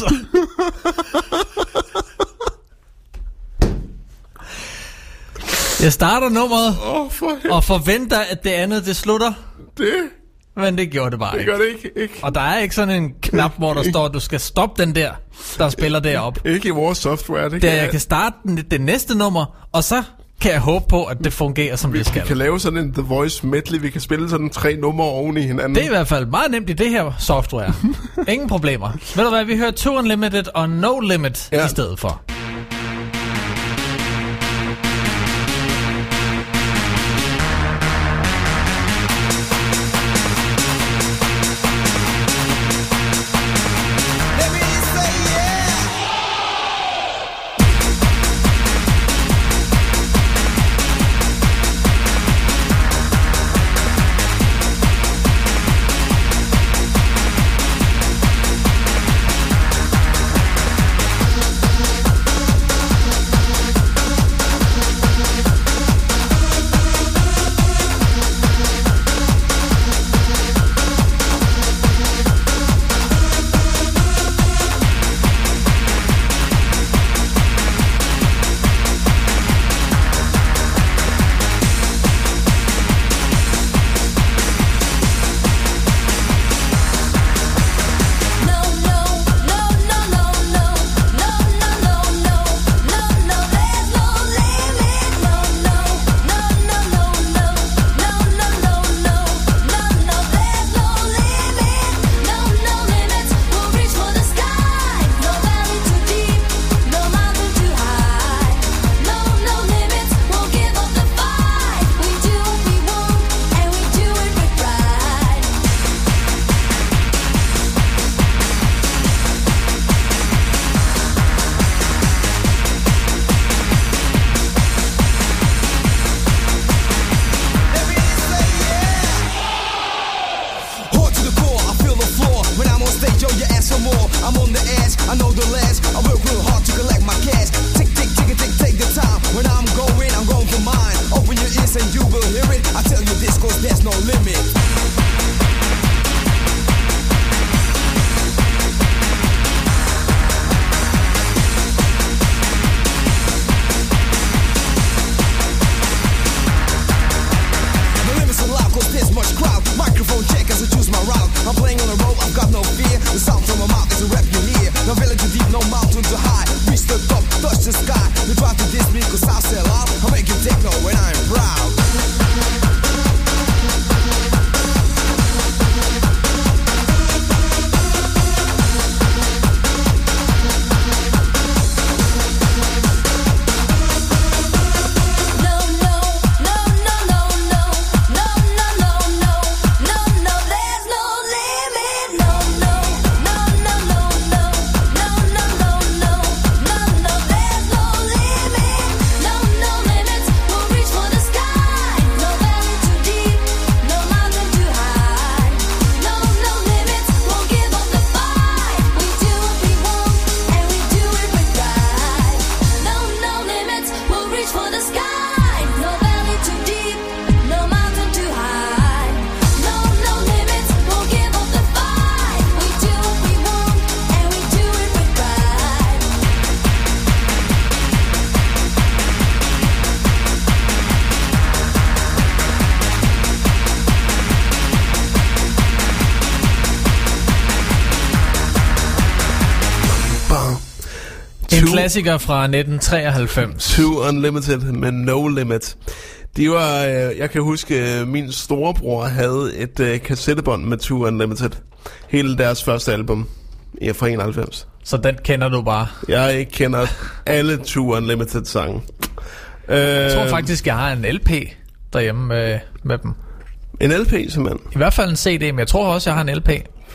Jeg starter nummeret og forventer, at det andet det slutter. Men det gjorde det bare ikke. Det gør det ikke. Og der er ikke sådan en knap, hvor der står, at du skal stoppe den der spiller derop. Ikke i vores software. Jeg kan starte det næste nummer, og så kan jeg håbe på, at det fungerer, som det skal. Vi kan lave sådan en The Voice medley. Vi kan spille sådan 3 numre oven i hinanden. Det er i hvert fald meget nemt i det her software. Ingen problemer. Ved du hvad, vi hører 2 Unlimited og No Limit i stedet for. so high. Reach the top, touch the sky. The drive to this me cause I sell out. I'm making techno when I'm proud. En klassiker fra 1993. Two Unlimited med No Limit. De var, jeg kan huske, min storebror havde et kassettebånd med Two Unlimited. Hele deres første album fra 91. Så den kender du bare? Jeg kender alle Two Unlimited sange. Jeg tror faktisk, jeg har en LP derhjemme med dem. En LP simpelthen? I hvert fald en CD, men jeg tror også, jeg har en LP.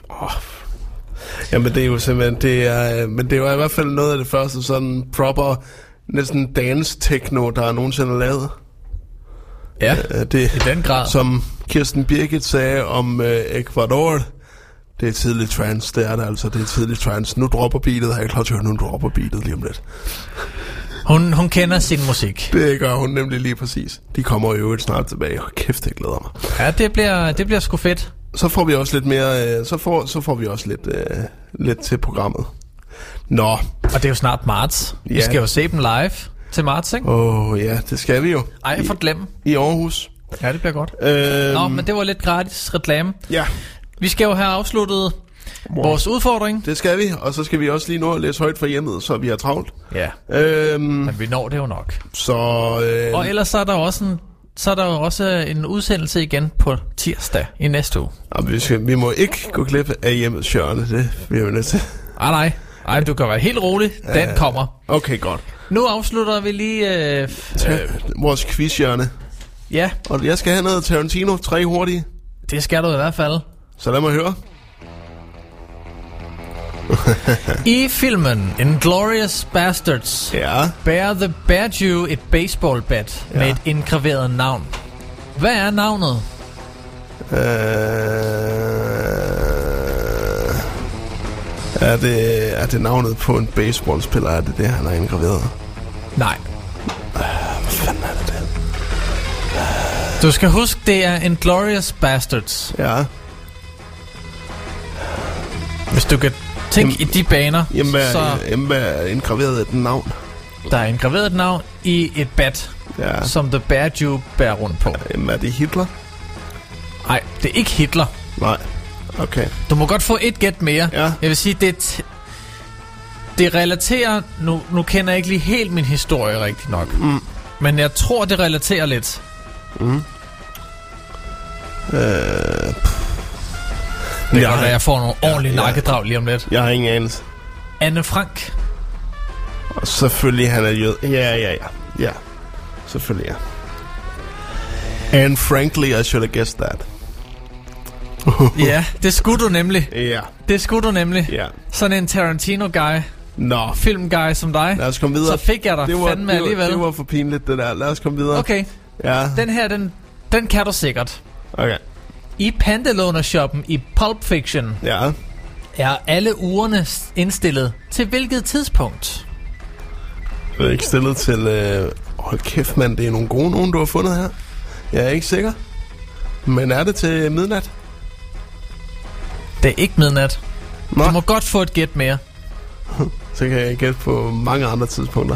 Jamen det er jo simpelthen, men det var i hvert fald noget af det første sådan proper, næsten dance techno, der er nogensinde lavet. Ja, det, i den grad. Som Kirsten Birgit sagde om Ecuador, det er tidlig trance, det er det altså, det er tidlig trance. Nu dropper beatet, har jeg klart hørt, nu dropper beatet lige om lidt. Hun kender sin musik. Det gør hun nemlig lige præcis. De kommer jo snart tilbage, og kæft, det glæder mig. Ja, det bliver sgu fedt. Så får vi også lidt mere, så får vi også lidt til programmet. Nå. Og det er jo snart marts. Ja. Vi skal jo se dem live til marts, ikke? Ja, det skal vi jo. Ej, jeg får glemme. I Aarhus. Ja, det bliver godt. Nå, men det var lidt gratis reklame. Ja. Vi skal jo have afsluttet vores udfordring. Det skal vi, og så skal vi også lige nå at læse højt fra hjemmet, så vi har travlt. Ja, men vi når det jo nok. Så, og ellers så er der jo også en udsendelse igen på tirsdag i næste uge. Vi må ikke gå glip af hjemmets hjørne, det bliver vi nødt til. Nej, du kan være helt rolig. Den kommer. Okay, godt. Nu afslutter vi lige vores quizhjørne. Ja. Og jeg skal have noget Tarantino, 3 hurtige. Det skal du i hvert fald. Så lad mig høre. I filmen Inglourious Basterds bærer The Bear Jew et baseballbat med et indgraveret navn. Hvad er navnet? Er det navnet på en baseballspiller? Er det han har indgraveret? Nej. Hvad fanden er det? Du skal huske, det er Inglourious Basterds. Ja. Hvis du kan tænke i de baner, så hvad er indgraveret et navn? Der er indgraveret et navn i et bat, som The Bear Jew bærer rundt på. Jamen, er det Hitler? Nej, det er ikke Hitler. Nej, okay. Du må godt få et gæt mere. Ja. Jeg vil sige, det relaterer... Nu kender jeg ikke lige helt min historie rigtig nok. Men jeg tror, det relaterer lidt. Det kan være, jeg får nogle ordentlige nakkedrag lige om lidt. Jeg har ingen anelse. Anne Frank. Og selvfølgelig han er jød. Ja. Selvfølgelig And frankly, I should have guessed that. Ja, det skulle du nemlig. Ja. Det skulle du nemlig. Ja. Sådan en Tarantino-guy. Film-guy som dig. Lad os komme videre. Så fik jeg dig fandme alligevel. Det var for pinligt, det der. Lad os komme videre. Okay. Ja. Den her, den kan du sikkert. Okay. I pantelånershoppen i Pulp Fiction er alle ugerne indstillet til hvilket tidspunkt? Jeg er ikke stillet til... hold kæft, mand. Det er nogle gode nogen, du har fundet her. Jeg er ikke sikker. Men er det til midnat? Det er ikke midnat. Nå. Du må godt få et gæt mere. Så kan jeg gætte på mange andre tidspunkter.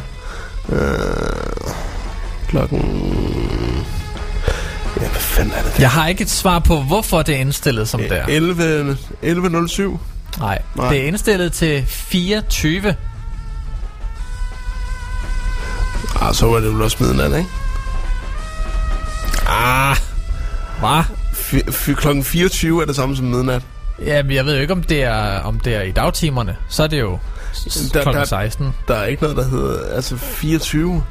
Klokken... Ja, hvad fanden er det? Jeg har ikke et svar på, hvorfor det er indstillet som det er. 11.07? Nej, det er indstillet til 24. Så var det jo også midnat, ikke? Hvad? Klokken 24 er det samme som midnat. Ja, men jeg ved jo ikke, om det er i dagtimerne. Så er det jo klokken 16. Der er ikke noget, der hedder 24.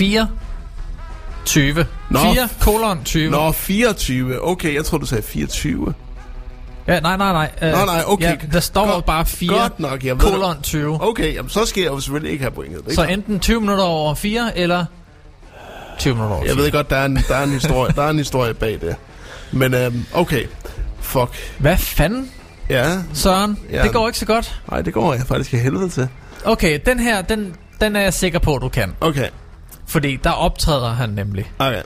20. 4:20. Nå, 24. Okay, jeg tror du sagde 24. Ja, nej. Nej, okay. Ja, der står godt, bare 4:20. Okay, jamen, så skal jeg jo selvfølgelig ikke have pointet. Så enten 20 minutter over 4, eller 20 minutter over 4. Jeg ved godt, der er en historie, der er en historie bag det. Men okay, fuck. Hvad fanden? Ja. Søren, ja. Det går ikke så godt. Nej, det går jeg faktisk i helvede til. Okay, den her, den er jeg sikker på, du kan. Okay. Fordi der optræder han nemlig. Okay.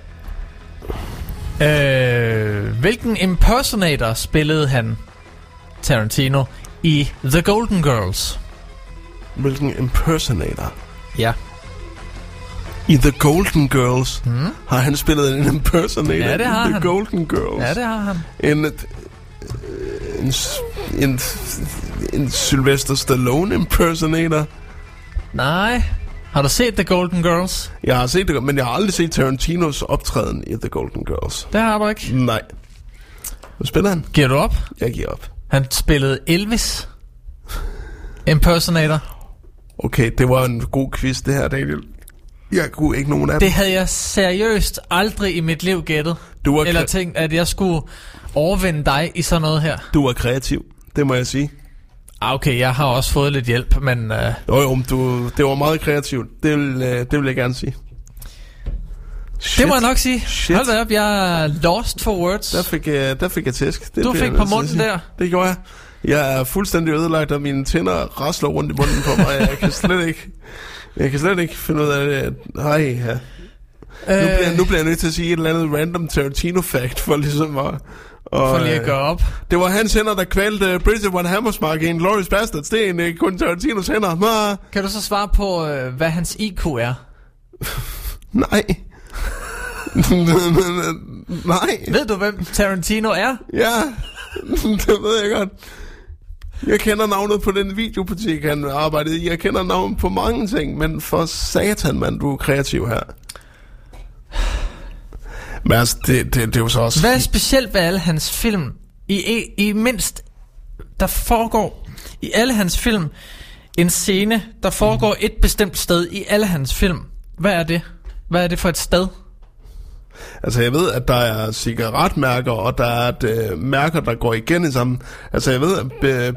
Hvilken impersonator spillede han, Tarantino, i The Golden Girls? Hvilken impersonator? Ja. I The Golden Girls har han spillet en impersonator. Ja, det har The han. Golden Girls. Ja, det har han. En Sylvester Stallone impersonator. Nej. Har du set The Golden Girls? Jeg har set det, men jeg har aldrig set Tarantinos optræden i The Golden Girls. Det har du ikke? Nej. Hvad spiller han? Giver du op? Jeg giver op. Han spillede Elvis impersonator. Okay, det var en god quiz det her, Daniel. Jeg kunne ikke nogen af dem. Det havde jeg seriøst aldrig i mit liv gættet. Eller tænkt, at jeg skulle overvinde dig i sådan noget her. Du var kreativ, det må jeg sige. Okay, jeg har også fået lidt hjælp, men... det var meget kreativt. Det vil jeg gerne sige. Shit. Det må jeg nok sige. Shit. Hold da op, jeg er lost for words. Der fik jeg tæsk. Du fik på munden der. Det gjorde jeg. Jeg er fuldstændig ødelagt, og mine tænder rasler rundt i munden på mig. Jeg kan slet ikke finde ud af det. Hej, ja. Nu bliver jeg nødt til at sige et eller andet random Tarantino-fact, for ligesom at... For lige at gøre op. Det var hans hænder, der kvalte Bridget Van Hammersmark i en Glorious Bastards. Det er en kun Tarantinos hænder. Kan du så svare på, hvad hans IQ er? Nej. Nej. Ved du, hvem Tarantino er? Ja, det ved jeg godt. Jeg kender navnet på den videobutik, han arbejdede i. Jeg kender navnet på mange ting, men for satan, mand, du er kreativ her. Men altså, det er jo så også... Hvad er specielt ved alle hans film? I mindst, der foregår i alle hans film en scene, der foregår et bestemt sted i alle hans film. Hvad er det? Hvad er det for et sted? Altså, jeg ved, at der er cigaretmærker, og der er mærker, der går igen i sammen. Altså, jeg ved, at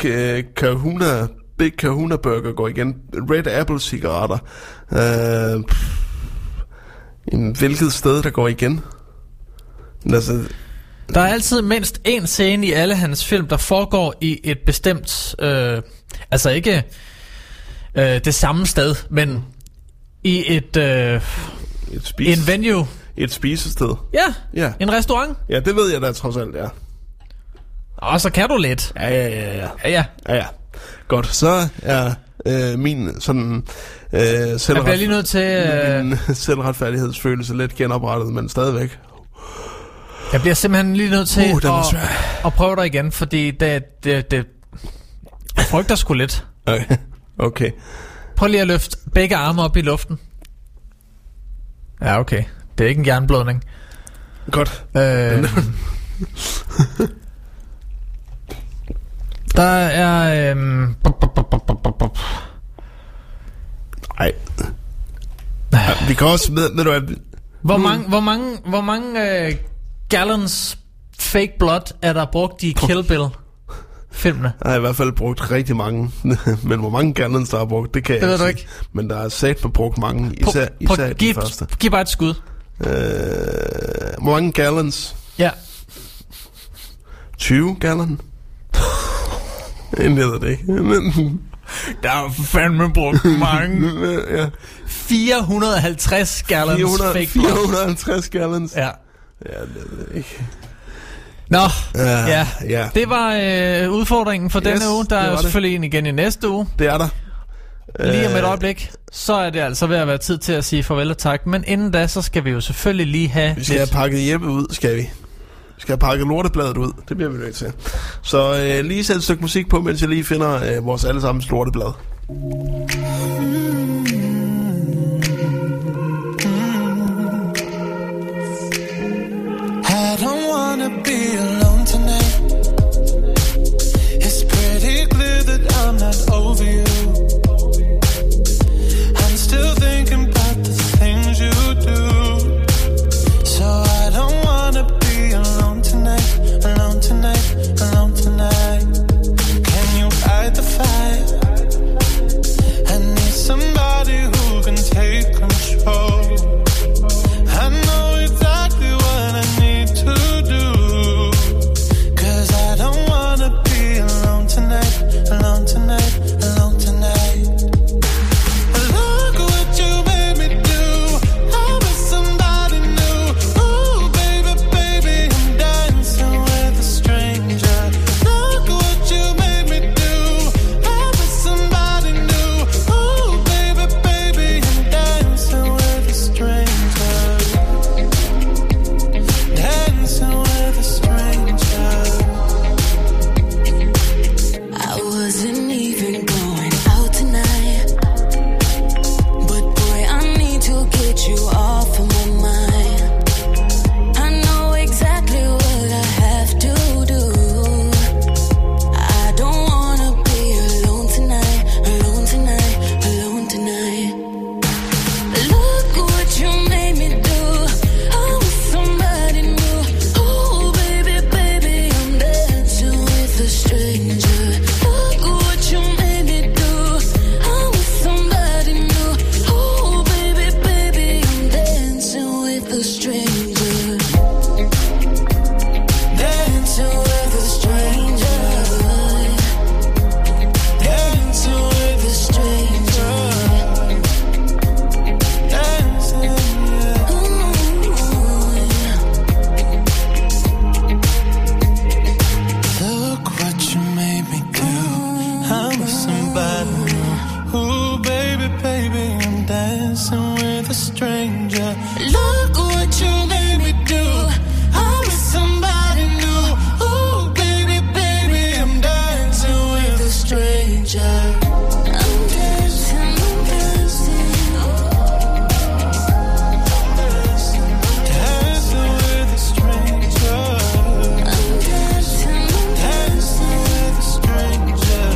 Big Kahuna Burger går igen. Red Apple cigaretter. Hvilket sted, der går igen? Altså, der er altid mindst en scene i alle hans film, der foregår i et bestemt... altså ikke det samme sted, men i et en venue. Et spisested. Ja, en restaurant. Ja, det ved jeg da trods alt, ja. Og så kan du lidt. Ja. Godt, så er min sådan jeg bliver lige nødt til min selvretfærdighedsfølelse lidt genoprettet, men stadigvæk. Jeg bliver simpelthen lige nødt til at prøve dig igen, fordi det frygter sgu lidt. Okay. Prøv lige at løfte begge arme op i luften. Ja, okay. Det er ikke en jernblødning. Godt. Der er... Nej. Vi kan også... Ved du hvad... Hvor mange gallons fake blood er der brugt i Kill Bill-filmene? Jeg har i hvert fald brugt rigtig mange. Men hvor mange gallons der er brugt, det kan jeg ved ikke du ikke. Men der er sat med brugt mange. Især de første. Giv bare et skud. Hvor mange gallons? Ja. 20 gallon? Jeg ved det ikke. Der er fandme brugt mange. Ja. 450 gallons fake blood. 450 gallons? Ja. Ja, det ved jeg ikke. Nå, ja. Det var udfordringen for denne uge. Der er jo selvfølgelig en igen i næste uge. Det er der. Lige om et øjeblik, så er det altså ved at være tid til at sige farvel og tak. Men inden da, så skal vi jo selvfølgelig lige have... Vi skal have pakket Jeppe ud, skal vi. Vi skal have pakket lortebladet ud. Det bliver vi nødt til. Så lige sæt et stykke musik på, mens jeg lige finder vores allesammens lorteblad. a stranger. Look what you made me do. I'm with somebody new. Ooh, baby, baby, I'm dancing with a stranger. I'm dancing, I'm dancing. Dancing with a stranger. I'm dancing, I'm dancing with a stranger.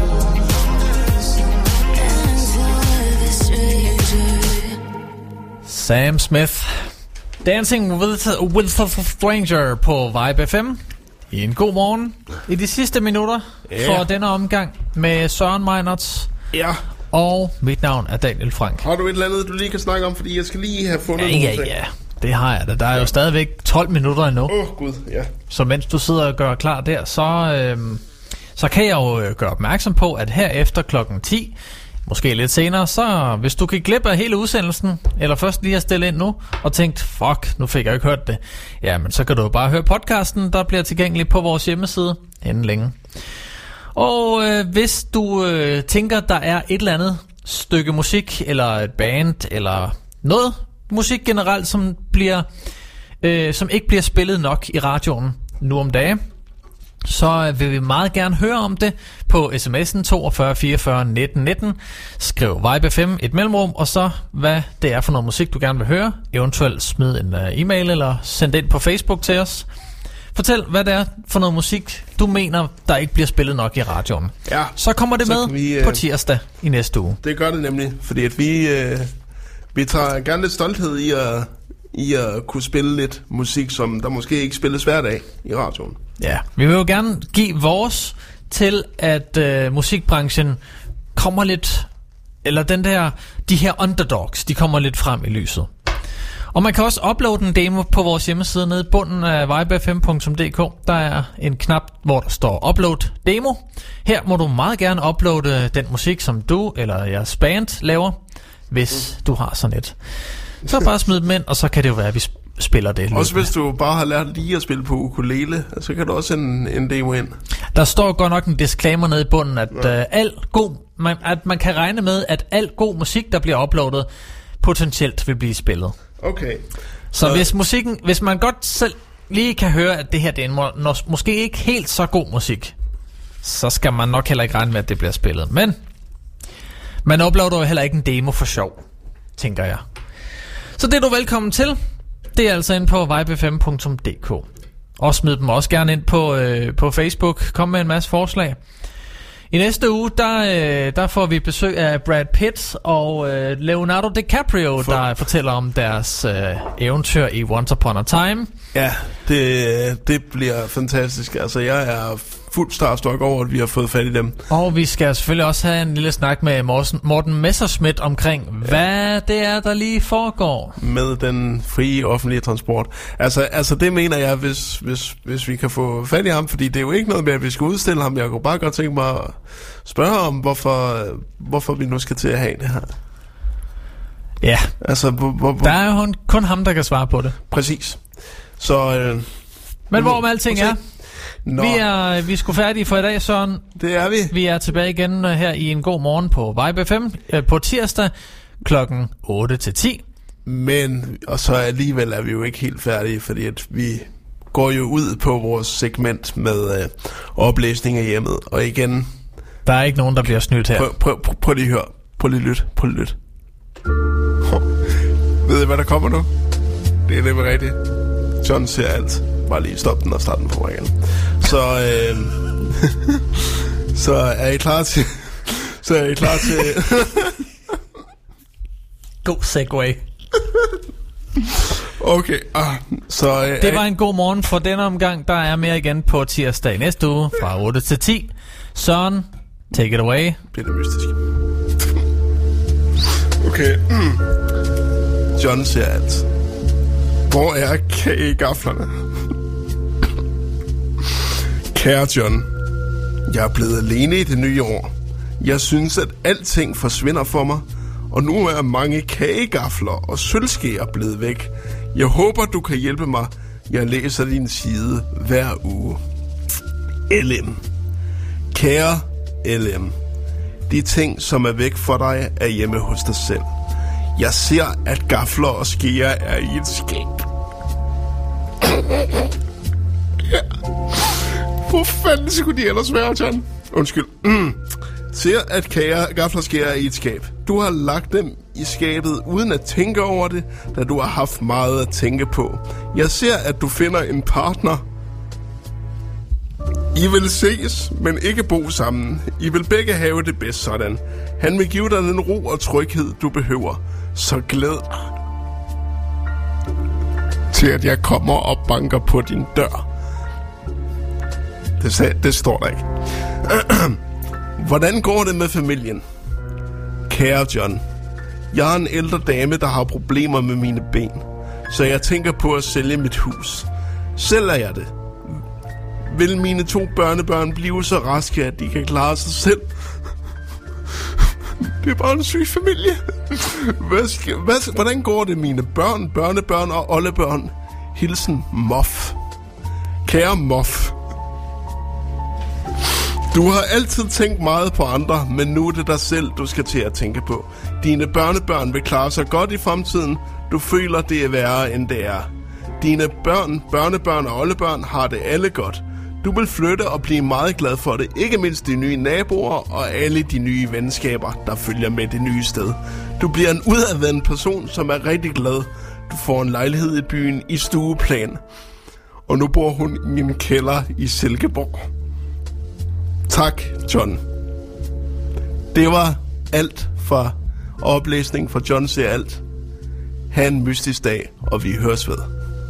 Sam Smith, Dancing with a Stranger på Vibe FM. I en god morgen i de sidste minutter for denne omgang med Søren Meinerts. Ja. Og mit navn er Daniel Frank. Har du et eller andet, du lige kan snakke om, fordi jeg skal lige have fundet nogle ting? Ja, det har jeg da. Der er jo stadigvæk 12 minutter endnu. Gud, ja. Så mens du sidder og gør klar der, så kan jeg jo gøre opmærksom på, at her efter klokken 10, måske lidt senere, så hvis du kan glip af hele udsendelsen, eller først lige har stillet ind nu, og tænkt, fuck, nu fik jeg ikke hørt det, jamen så kan du bare høre podcasten, der bliver tilgængelig på vores hjemmeside inden længe. Og hvis du tænker, der er et eller andet stykke musik, eller et band, eller noget musik generelt, som ikke bliver spillet nok i radioen nu om dagen, så vil vi meget gerne høre om det på sms'en 42 44 19 19. Skriv Vibe FM et mellemrum, og så hvad det er for noget musik, du gerne vil høre. Eventuelt smid en e-mail eller send det ind på Facebook til os. Fortæl, hvad det er for noget musik, du mener, der ikke bliver spillet nok i radioen. Ja, så kommer det så med på tirsdag i næste uge. Det gør det nemlig, fordi at vi tager gerne lidt stolthed i at kunne spille lidt musik, som der måske ikke spilles hver dag i radioen. Ja, vi vil jo gerne give vores til, at musikbranchen kommer lidt, eller de her underdogs, de kommer lidt frem i lyset. Og man kan også uploade en demo på vores hjemmeside nede i bunden af vibefm.dk. Der er en knap, hvor der står upload demo. Her må du meget gerne uploade den musik, som du eller jeres band laver, hvis du har sådan et. Så bare smid dem ind, og så kan det jo være, at vi spiller det. Også hvis du bare har lært lige at spille på ukulele, så kan du også en demo ind. Der står godt nok en disclaimer nede i bunden, at at man kan regne med, at al god musik, der bliver uploadet, potentielt vil blive spillet. Okay. Så hvis man godt selv lige kan høre, at det her det er måske ikke helt så god musik, så skal man nok heller ikke regne med, at det bliver spillet. Men man uploader jo heller ikke en demo for sjov, tænker jeg. Så det er du velkommen til. Det er altså inde på vibefm.dk. Og smid dem også gerne ind på Facebook. Kom med en masse forslag. I næste uge, der får vi besøg af Brad Pitt og Leonardo DiCaprio, der fortæller om deres eventyr i Once Upon a Time. Ja, det bliver fantastisk. Altså, jeg er fuldt starstruck over, at vi har fået fat i dem. Og vi skal selvfølgelig også have en lille snak med Morten Messerschmidt omkring, hvad det er, der lige foregår med den frie offentlige transport. Altså det mener jeg, hvis vi kan få fat i ham, fordi det er jo ikke noget med, at vi skal udstille ham. Jeg kunne bare godt tænke mig at spørge om, hvorfor vi nu skal til at have det her. Ja, altså, der er jo kun ham, der kan svare på det. Præcis. Så, men hvorom alting er, vi er sgu færdige for i dag, Søren. Det er vi. Vi er tilbage igen her i en god morgen på Vibe FM på tirsdag klokken 8-10. Men, og så alligevel er vi jo ikke helt færdige, fordi at vi går jo ud på vores segment med oplæsning af hjemmet. Og igen, der er ikke nogen, der bliver snydt her. Prøv lige at høre. Prøv lige at lytte. Ved I, hvad der kommer nu? Det er nemlig rigtigt. John ser alt. Bare lige stop den og start den på igen. Så er I klar til... God segway. Okay. Så det var en god morgen for denne omgang. Der er mere igen på tirsdag næste uge fra 8 til 10. Søren, take it away. Det er det mystisk. Okay. John ser alt. Hvor er kagegaflerne? Kære John, jeg er blevet alene i det nye år. Jeg synes, at alting forsvinder for mig, og nu er mange kagegafler og sølvskeer blevet væk. Jeg håber, du kan hjælpe mig. Jeg læser din side hver uge. LM. Kære LM. De ting, som er væk for dig, er hjemme hos dig selv. Jeg ser, at gafler og skeer er i et skab. Ja. Hvor fanden skulle de ellers være, John? Undskyld. Ser, at gafler og skeer er i et skab. Du har lagt dem i skabet uden at tænke over det, da du har haft meget at tænke på. Jeg ser, at du finder en partner. I vil ses, men ikke bo sammen. I vil begge have det bedst sådan. Han vil give dig den ro og tryghed, du behøver. Så glæd dig til, at jeg kommer og banker på din dør. Det står der ikke. Hvordan går det med familien? Kære John, jeg er en ældre dame, der har problemer med mine ben, så jeg tænker på at sælge mit hus. Sælger jeg det, vil mine 2 børnebørn blive så raske, at de kan klare sig selv. Det er bare en syg familie. Hvordan går det mine børn, børnebørn og oldebørn? Hilsen Moff. Kære Moff, du har altid tænkt meget på andre, men nu er det dig selv, du skal til at tænke på. Dine børnebørn vil klare sig godt i fremtiden. Du føler, det er værre, end det er. Dine børn, børnebørn og oldebørn har det alle godt. Du vil flytte og blive meget glad for det. Ikke mindst de nye naboer og alle de nye venskaber, der følger med det nye sted. Du bliver en udadvendt person, som er rigtig glad. Du får en lejlighed i byen i stueplan. Og nu bor hun i min kælder i Silkeborg. Tak, John. Det var alt fra oplæsning fra John ser alt. Ha' en mystisk dag, og vi høres ved.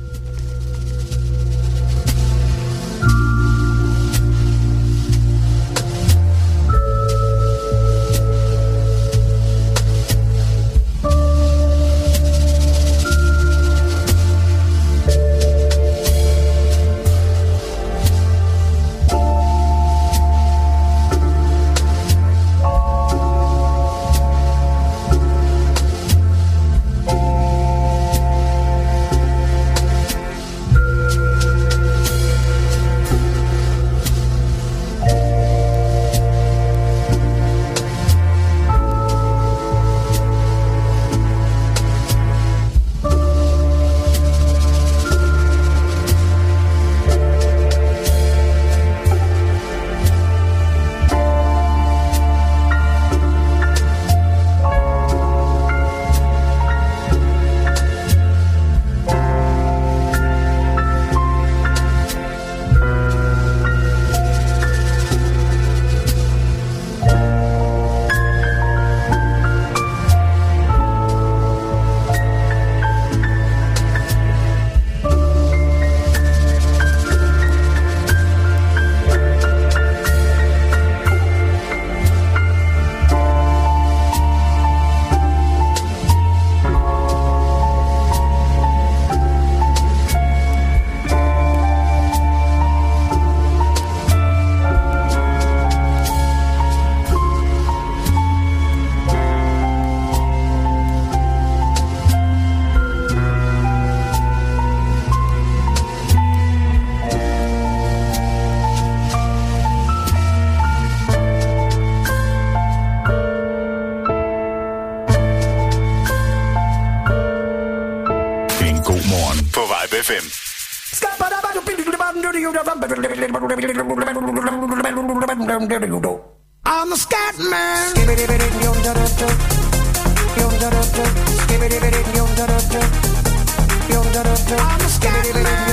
FM. I'm a scat man. I'm a scat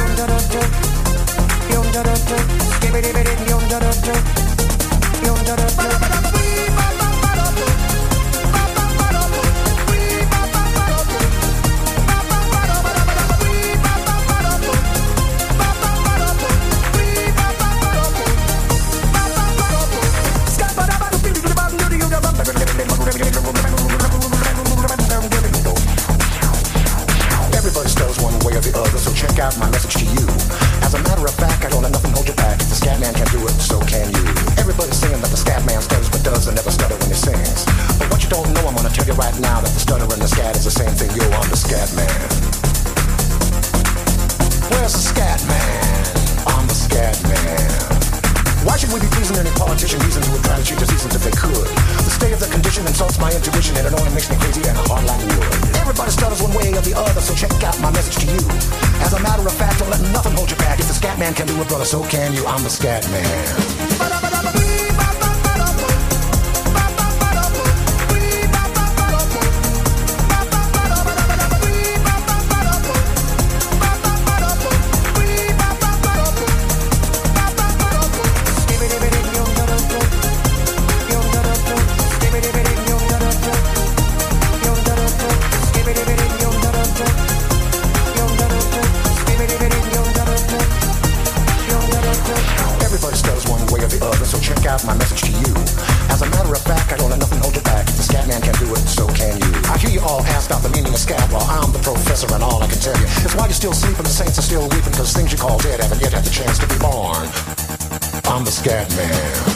Everybody spells one way or the other, so check out my message to you. As a matter of fact, I don't let nothing hold you back. If the scat man can do it, so can you. Everybody's saying that the scat man stutters but does and never stutter when he sings. But what you don't know, I'm gonna tell you right now that the stutter and the scat is the same thing. Yo, I'm the scat man. Where's the scat man? I'm the scat man. Why should we be pleasing any politician reasons who would try to cheat the seasons if they could? The state of the condition insults my intuition and it only makes me crazy and hard like wood. message to you. As a matter of fact, don't let nothing hold you back. If the scat man can do it, brother, so can you. I'm the scat man. My message to you. As a matter of fact, I don't let nothing hold you back. If the scat man can do it, so can you. I hear you all ask out the meaning of scat while I'm the professor, and all I can tell you is why you're still sleeping, the saints are still weeping, because things you call dead haven't yet had the chance to be born. I'm the scat man.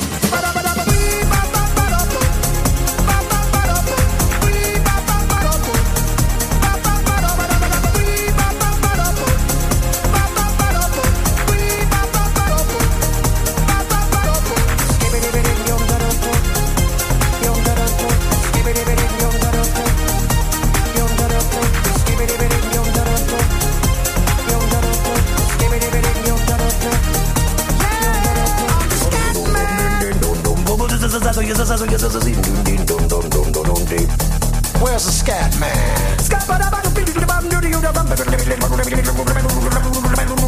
Where's the scat man?